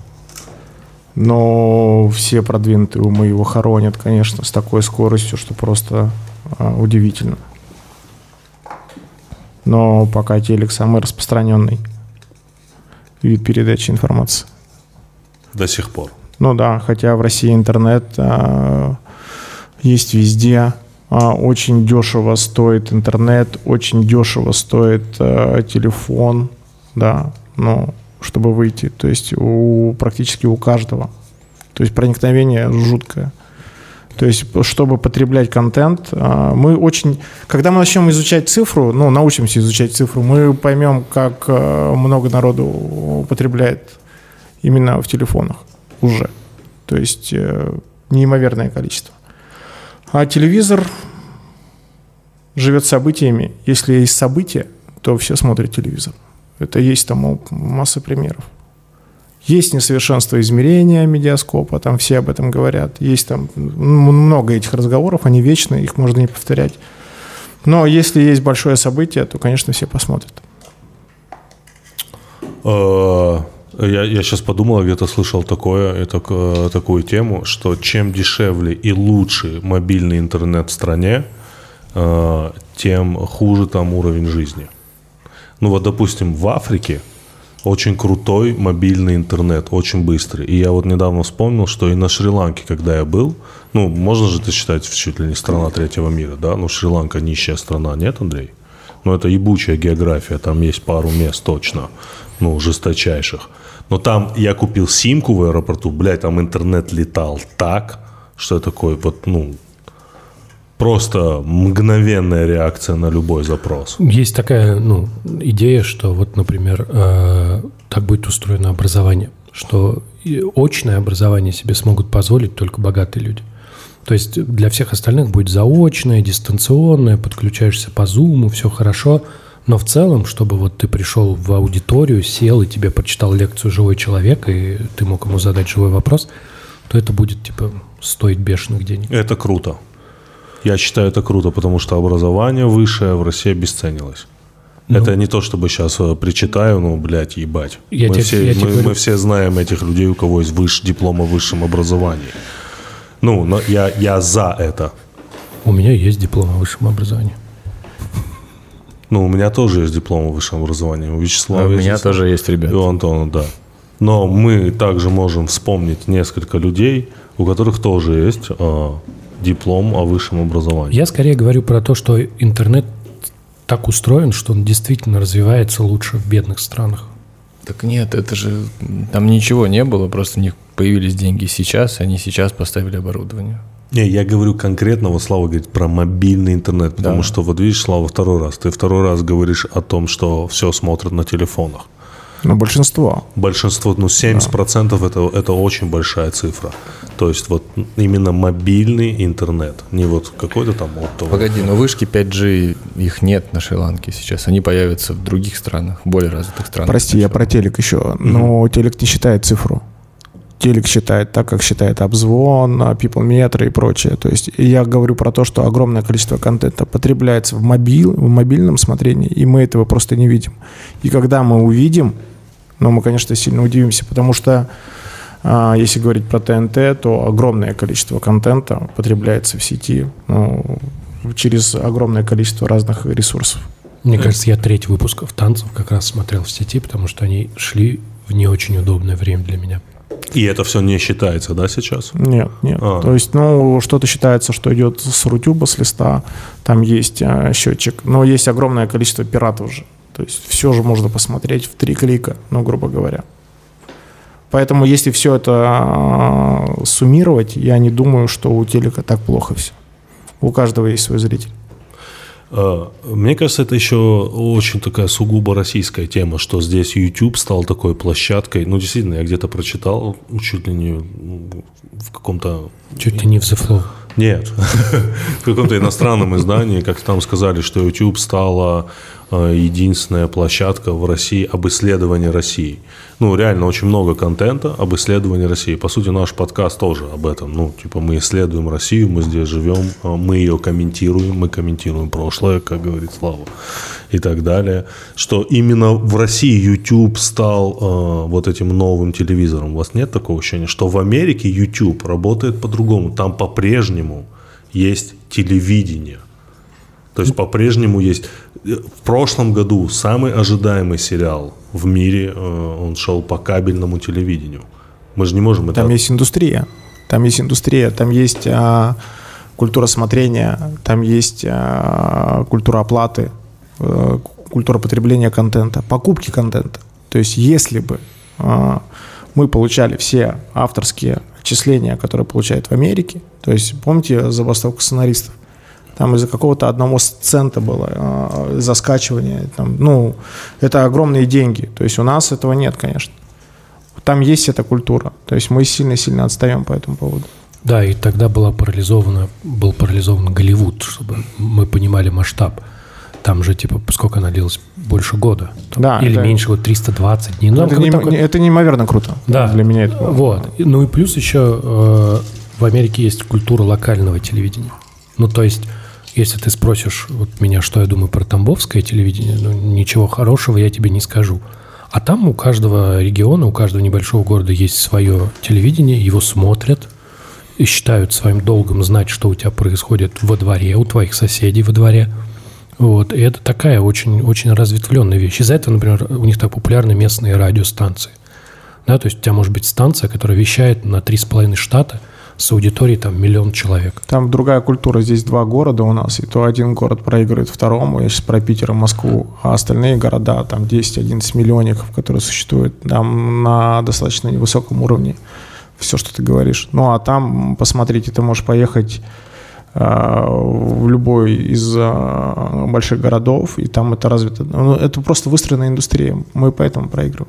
Но все продвинутые умы его хоронят, конечно, с такой скоростью, что просто удивительно. Но пока телек самый распространенный вид передачи информации. До сих пор. Ну да, хотя в России интернет есть везде. Очень дешево стоит интернет, очень дешево стоит телефон, да, но чтобы выйти, то есть практически у каждого. То есть проникновение жуткое. То есть, чтобы потреблять контент, когда мы начнем изучать цифру, научимся изучать цифру, мы поймем, как много народу употребляет именно в телефонах уже. То есть, неимоверное количество. А телевизор живет событиями. Если есть события, то все смотрят телевизор. Это есть тому масса примеров. Есть несовершенство измерения медиаскопа, там все об этом говорят. Есть там много этих разговоров, они вечные, их можно не повторять. Но если есть большое событие, то, конечно, все посмотрят. Я сейчас подумал, где-то слышал такую тему, что чем дешевле и лучше мобильный интернет в стране, тем хуже там уровень жизни. Ну вот, допустим, в Африке очень крутой мобильный интернет, очень быстрый. И я вот недавно вспомнил, что и на Шри-Ланке, когда я был, можно же это считать чуть ли не страна третьего мира, да? Шри-Ланка нищая страна, нет, Андрей? Это ебучая география, там есть пару мест точно, жесточайших. Но там я купил симку в аэропорту, там интернет летал так, что я такой просто мгновенная реакция на любой запрос. Есть такая идея, что вот, например, так будет устроено образование, что очное образование себе смогут позволить только богатые люди. То есть для всех остальных будет заочное, дистанционное, подключаешься по Zoom, все хорошо, но в целом, чтобы вот ты пришел в аудиторию, сел и тебе прочитал лекцию живой человек, и ты мог ему задать живой вопрос, то это будет стоить бешеных денег. Это круто. Я считаю, это круто, потому что образование высшее в России обесценилось. Это не то, чтобы сейчас причитаю, ну, блядь, ебать. Мы все знаем этих людей, у кого есть диплом о высшем образовании. Ну, но я за это. У меня есть диплом о высшем образовании. Ну, у меня тоже есть диплом о высшем образовании. У Вячеслава у меня тоже есть, ребят. И у Антона, да. Но мы также можем вспомнить несколько людей, у которых тоже есть диплом о высшем образовании. Я скорее говорю про то, что интернет так устроен, что он действительно развивается лучше в бедных странах. Так нет, это же... Там ничего не было, просто у них появились деньги сейчас, они сейчас поставили оборудование. Не, я говорю конкретно, вот Слава говорит про мобильный интернет, потому что, вот видишь, Слава, ты второй раз говоришь о том, что все смотрят на телефонах. Ну, большинство. Большинство, 70% это очень большая цифра. То есть вот именно мобильный интернет, не вот какой-то там оптовый. Погоди, но вышки 5G, их нет на Шри-Ланке сейчас. Они появятся в других странах, более развитых странах. Прости, я про телек еще. Но телек не считает цифру. Телек считает так, как считает обзвон, people-метры и прочее. То есть я говорю про то, что огромное количество контента потребляется в мобильном смотрении, и мы этого просто не видим. И когда мы увидим, мы, конечно, сильно удивимся, потому что если говорить про ТНТ, то огромное количество контента потребляется в сети через огромное количество разных ресурсов. Мне кажется, я 3 выпусков «Танцев» как раз смотрел в сети, потому что они шли в не очень удобное время для меня. И это все не считается, да, сейчас? Нет. То есть, что-то считается, что идет с Рутюба, с листа, там есть счетчик, но есть огромное количество пиратов же. То есть все же можно посмотреть в 3 клика, грубо говоря. Поэтому если все это суммировать, я не думаю, что у телека так плохо все. У каждого есть свой зритель. Мне кажется, это еще очень такая сугубо российская тема, что здесь YouTube стал такой площадкой. Ну, действительно, я где-то прочитал, чуть ли не в каком-то... Чуть ли не в The Flow. Нет, в каком-то иностранном издании, как там сказали, что YouTube стала единственная площадка в России об исследовании России. Ну, реально очень много контента об исследовании России. По сути, наш подкаст тоже об этом. Мы исследуем Россию, мы здесь живем, мы ее комментируем, мы комментируем прошлое, как говорит Слава, и так далее. Что именно в России YouTube стал вот этим новым телевизором. У вас нет такого ощущения, что в Америке YouTube работает по-другому? Там по-прежнему есть телевидение. То есть по-прежнему есть... В прошлом году самый ожидаемый сериал в мире, он шел по кабельному телевидению. Мы же не можем это... Там есть индустрия, там есть культура смотрения, там есть культура оплаты, культура потребления контента, покупки контента. То есть если бы мы получали все авторские отчисления, которые получают в Америке, то есть помните забастовку сценаристов? Там из-за какого-то одного цента было за скачивание. Это огромные деньги. То есть у нас этого нет, конечно. Там есть эта культура. То есть мы сильно-сильно отстаем по этому поводу. Да, и тогда был парализован Голливуд, чтобы мы понимали масштаб. Там же, сколько она длилась? Больше года. Да, или меньше, 320 дней. Это неимоверно круто. Да. Для меня это было. Вот. Ну и плюс еще в Америке есть культура локального телевидения. То есть... Если ты спросишь меня, что я думаю про тамбовское телевидение, ничего хорошего я тебе не скажу. А там у каждого региона, у каждого небольшого города есть свое телевидение, его смотрят и считают своим долгом знать, что у тебя происходит во дворе, у твоих соседей во дворе. И это такая очень, очень разветвленная вещь. Из-за этого, например, у них так популярны местные радиостанции. Да, то есть у тебя может быть станция, которая вещает на 3,5 штата, с аудиторией 1 миллион человек. Там другая культура. Здесь 2 города у нас, и то один город проигрывает второму, я сейчас про Питер и Москву, а остальные города, там 10-11 миллионников, которые существуют там на достаточно невысоком уровне. Все, что ты говоришь. А там, посмотрите, ты можешь поехать в любой из больших городов, и там это развито. Это просто выстроенная индустрия. Мы поэтому проигрываем.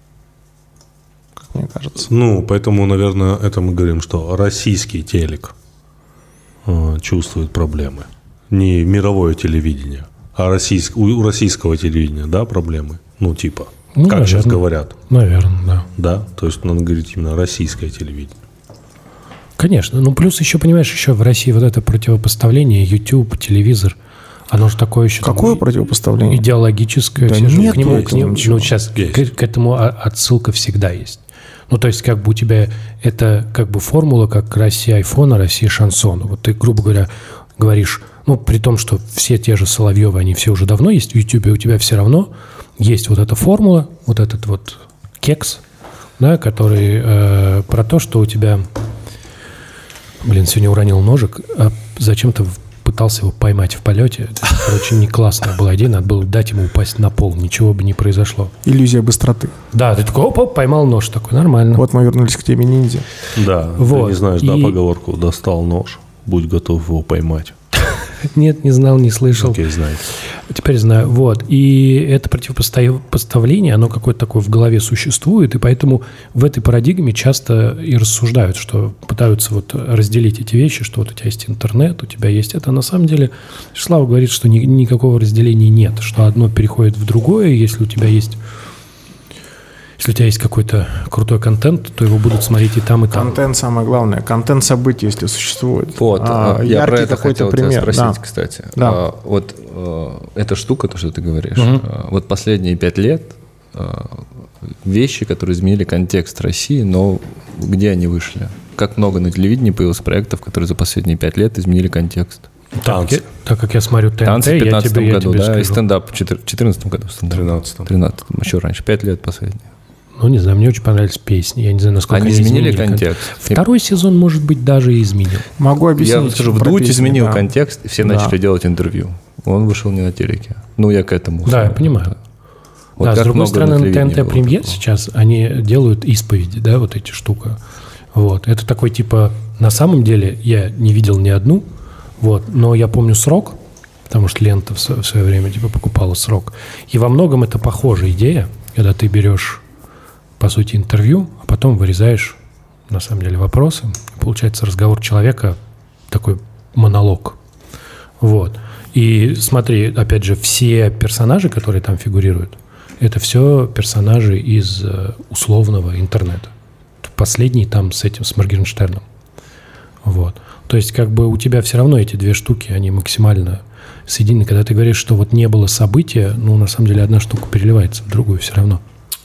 Мне кажется. Поэтому, наверное, это мы говорим, что российский телек чувствует проблемы. Не мировое телевидение, а у российского телевидения, да, проблемы? Как наверное, сейчас говорят. Наверное, да. Да, то есть надо говорить именно российское телевидение. Конечно. Плюс еще, понимаешь, еще в России вот это противопоставление YouTube, телевизор, Оно же такое еще... Какое противопоставление? Идеологическое. Да все же нет к нему, ничего. ну, сейчас к этому отсылка всегда есть. Ну, то есть, как бы у тебя это как бы формула, как Россия айфона, Россия шансона. Вот ты, грубо говоря, говоришь, ну, при том, что все те же Соловьевы, они все уже давно есть в Ютубе, у тебя все равно есть вот эта формула, вот этот вот кекс, да, который про то, что у тебя... Блин, сегодня уронил ножик, а зачем-то пытался его поймать в полете. Это, короче, не классная была идея, надо было дать ему упасть на пол, ничего бы не произошло. Иллюзия быстроты. Да, ты такой, оп, поймал нож такой, нормально. Вот мы вернулись к теме ниндзя. Да, Вот. ты не знаешь, И- да, поговорку «достал нож, будь готов его поймать». Нет, не знал, не слышал. Окей, знаете. Теперь знаю. Вот. И это противопоставление, оно какое-то такое в голове существует, и поэтому в этой парадигме часто и рассуждают, что пытаются вот разделить эти вещи, что вот у тебя есть интернет, у тебя есть это. На самом деле Слава говорит, что никакого разделения нет, что одно переходит в другое, и если у тебя есть какой-то крутой контент, то его будут смотреть и там, и там. Контент самое главное. Контент событий, если существует. Вот, я про яркий это какой-то хотел тебя пример. спросить, Да. кстати. Да. Вот эта штука, то, что ты говоришь, Мгм. вот последние 5 лет вещи, которые изменили контекст России, но где они вышли? Как много на телевидении появилось проектов, которые за последние 5 лет изменили контекст? Танцы. Так как я смотрю ТНТ, Танцы в я 2015 тебе году, да, и скажу. стендап в 2014 году. Стендап. 13-м. 13 еще раньше, 5 лет последние. Ну, не знаю, мне очень понравились песни. Я не знаю, насколько Они изменили контекст? Второй сезон, может быть, даже и изменил. Могу объяснить. Я скажу, про Вдудь песни, изменил да. контекст, и все Да. начали делать интервью. Он вышел не на телеке. Ну, я к этому. Да, я понимаю. Вот да, с как другой много стороны, на на телевидении ТНТ было Премьер такого. сейчас, они делают исповеди, да, вот эти штука. Вот. Это такой, типа, на самом деле, я не видел ни одну, вот, но я помню срок, потому что лента в свое время, типа, покупала срок. И во многом это похожая идея, когда ты берешь, по сути, интервью, а потом вырезаешь, на самом деле, вопросы. Получается разговор человека, такой монолог. Вот. И смотри, опять же, все персонажи, которые там фигурируют, это все персонажи из условного интернета. Последний там с этим, с Моргенштерном. Вот. То есть, как бы у тебя все равно эти две штуки, они максимально соединены. Когда ты говоришь, что вот не было события, ну, на самом деле, одна штука переливается в другую все равно.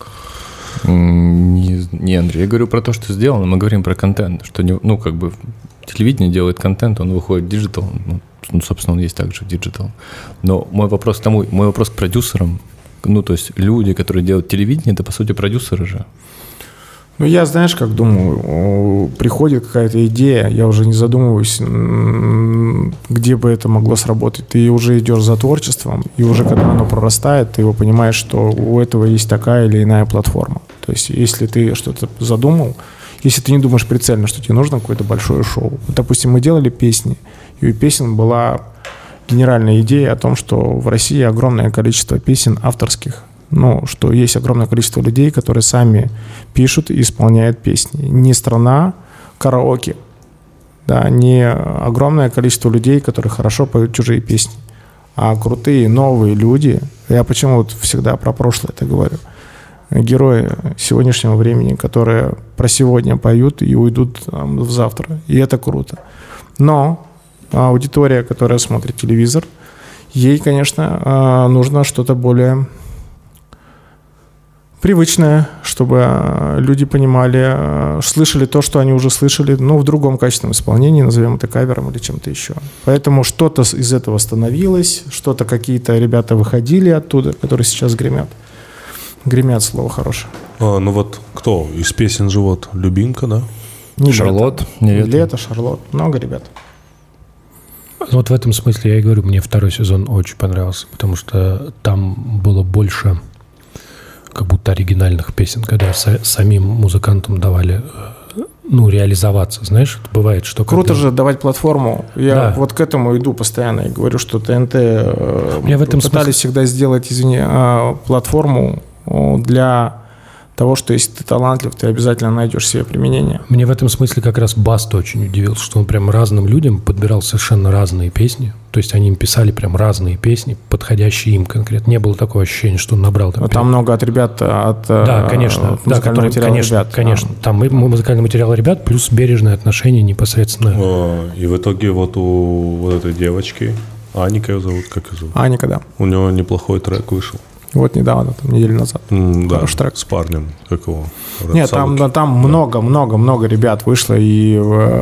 Не, Андрей, я говорю про то, что сделано, мы говорим про контент, что, ну, как бы, телевидение делает контент, он выходит в диджитал, ну, собственно, он есть также в диджитал. Но мой вопрос к продюсерам, ну, то есть люди, которые делают телевидение, это, по сути, продюсеры же. Ну, я, знаешь, как думаю, приходит какая-то идея, я уже не задумываюсь, где бы это могло сработать. Ты уже идешь за творчеством, и уже когда оно прорастает, ты его понимаешь, что у этого есть такая или иная платформа. То есть, если ты что-то задумал, если ты не думаешь прицельно, что тебе нужно какое-то большое шоу. Вот, допустим, мы делали песни, и у песен была генеральная идея о том, что в России огромное количество песен авторских. Ну, что есть огромное количество людей, которые сами пишут и исполняют песни. Не страна караоке, да, не огромное количество людей, которые хорошо поют чужие песни, а крутые новые люди. Я почему вот всегда про прошлое это говорю. Герои сегодняшнего времени, которые про сегодня поют и уйдут в завтра. И это круто. Но аудитория, которая смотрит телевизор, ей, конечно, нужно что-то более привычное, чтобы люди понимали, слышали то, что они уже слышали, но в другом качественном исполнении, назовем это кавером или чем-то еще. Поэтому что-то из этого становилось, что-то какие-то ребята выходили оттуда, которые сейчас гремят. Гремят, слово хорошее. Ну вот кто из песен же вот Любимка, да? Не Шарлот, Лето, Шарлот, много ребят. Вот в этом смысле я и говорю, мне второй сезон очень понравился, потому что там было больше как будто оригинальных песен, когда самим музыкантам давали, ну, реализоваться, знаешь, это бывает, что... Круто же давать платформу. Я Да. вот к этому иду постоянно и говорю, что ТНТ в этом пытались смысле- всегда сделать, платформу для того, что если ты талантлив, ты обязательно найдешь себе применение. Мне в этом смысле как раз Баста очень удивился, что он прям разным людям подбирал совершенно разные песни. То есть они им писали прям разные песни, подходящие им конкретно. Не было такого ощущения, что он набрал там... Там много от ребят, Да, конечно. от Да, музыкального которые, материала конечно, ребят. конечно. Там и музыкальный материал ребят, плюс бережное отношение непосредственно. И в итоге вот у вот этой девочки Аника ее зовут, как ее зовут? Аника, да. У него неплохой трек вышел. Вот недавно, там, неделю назад. Да, Хороший трек. с парнем, как его? Нет, там много ребят вышло, и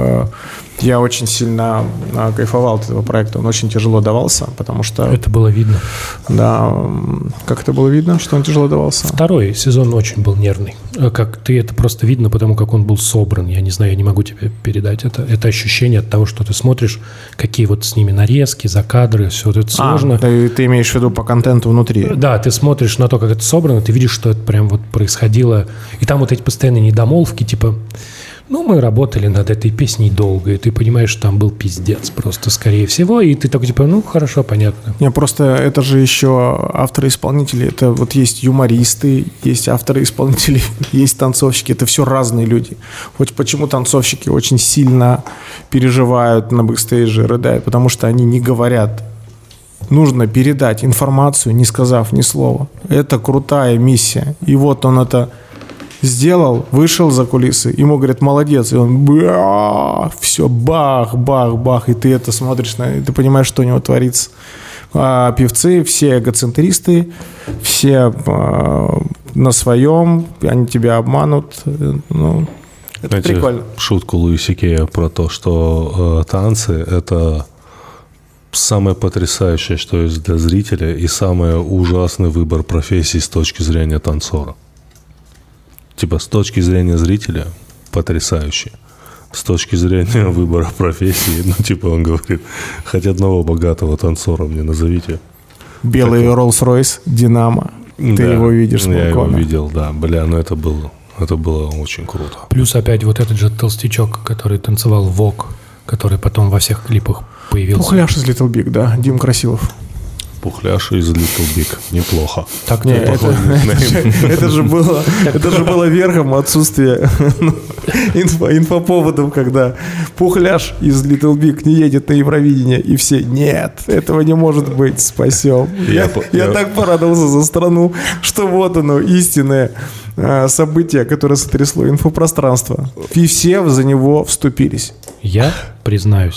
я очень сильно кайфовал от этого проекта. Он очень тяжело давался, потому что... Это было видно. Да, как это было видно, что он тяжело давался? Второй сезон очень был нервный. Как ты это просто видно, потому как он был собран. Я не знаю, я не могу тебе передать это. Это ощущение от того, что ты смотришь, какие вот с ними нарезки, закадры, все это сложно. Ты имеешь в виду по контенту внутри? Да, ты смотришь на то, как это собрано, ты видишь, что это прям вот происходило. И там вот эти постоянные недомолвки, типа... Ну, мы работали над этой песней долго, и ты понимаешь, что там был пиздец просто, скорее всего, и ты такой, типа, ну, хорошо, понятно. Не, просто это же еще авторы-исполнители, это вот есть юмористы, есть авторы-исполнители, есть танцовщики, это все разные люди. Вот почему танцовщики очень сильно переживают на бэкстейже, рыдают, потому что они не говорят. Нужно передать информацию, не сказав ни слова. Это крутая миссия. И вот он это... сделал, вышел за кулисы, ему говорят, молодец, и он все, бах, бах, бах, и ты это смотришь, и ты понимаешь, что у него творится. А певцы, все эгоцентристы, все на своем, они тебя обманут, ну, это знаете, прикольно. Шутку Луиси Кея про то, что танцы – это самое потрясающее, что есть для зрителя, и самый ужасный выбор профессии с точки зрения танцора. Типа, с точки зрения зрителя потрясающе. С точки зрения выбора профессии, ну, типа, он говорит, хоть одного богатого танцора мне назовите. Белый Rolls-Royce, Динамо. Ты его видишь с балкона. Я его видел, да. Бля, ну это было очень круто. Плюс опять вот этот же толстячок, который танцевал Вог, который потом во всех клипах появился. Пухляш из Little Big, да, Дим Красилов. Пухляш из Little Big. Неплохо. Так, не, это же было верхом отсутствия инфоповодов, когда Пухляш из Little Big не едет на Евровидение, и все, нет, этого не может быть, спасем. Я так порадовался за страну, что вот оно, истинное событие, которое сотрясло инфопространство. И все за него вступились. Я признаюсь,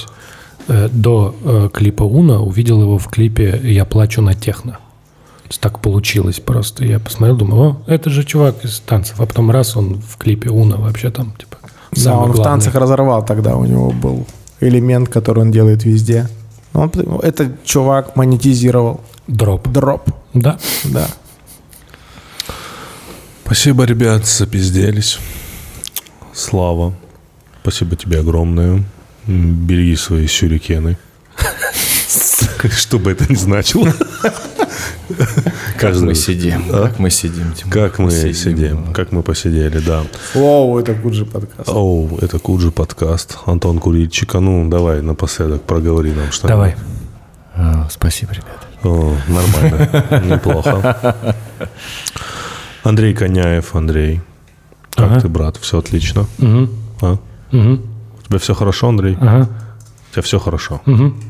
до клипа Уна увидел его в клипе «Я плачу на техно». Так получилось просто. Я посмотрел, думаю, о, это же чувак из танцев. А потом раз он в клипе Уна вообще там, типа, да, он главный. В танцах разорвал тогда. У него был элемент, который он делает везде. Этот чувак монетизировал. Дроп. Да. Спасибо, ребят, запизделись. Слава. Спасибо тебе огромное. Береги свои сюрикены. Что бы это ни значило. Как мы сидим. Как мы сидим. Как мы сидим. Как мы посидели, да. Оу, это Куджи подкаст. Оу, это Куджи подкаст. Антон Курильчик. Ну, давай напоследок проговори нам что-нибудь. Давай. Спасибо, ребята. О, нормально. Неплохо. Андрей Коняев. Андрей. Как ты, брат? Все отлично? У тебя все хорошо, Андрей? У тебя все хорошо?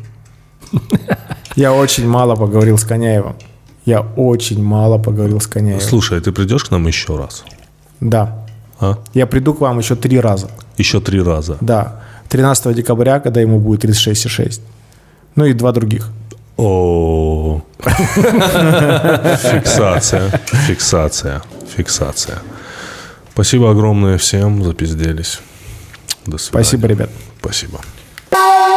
Я очень мало поговорил с Коняевым. Слушай, ты придешь к нам еще раз? Да. Я приду к вам еще 3 раза. Еще 3 раза? Да. 13 декабря, когда ему будет 36,6. Ну и 2 других. О, фиксация. Спасибо огромное всем, запизделись. До свидания. Спасибо, ребят. Спасибо.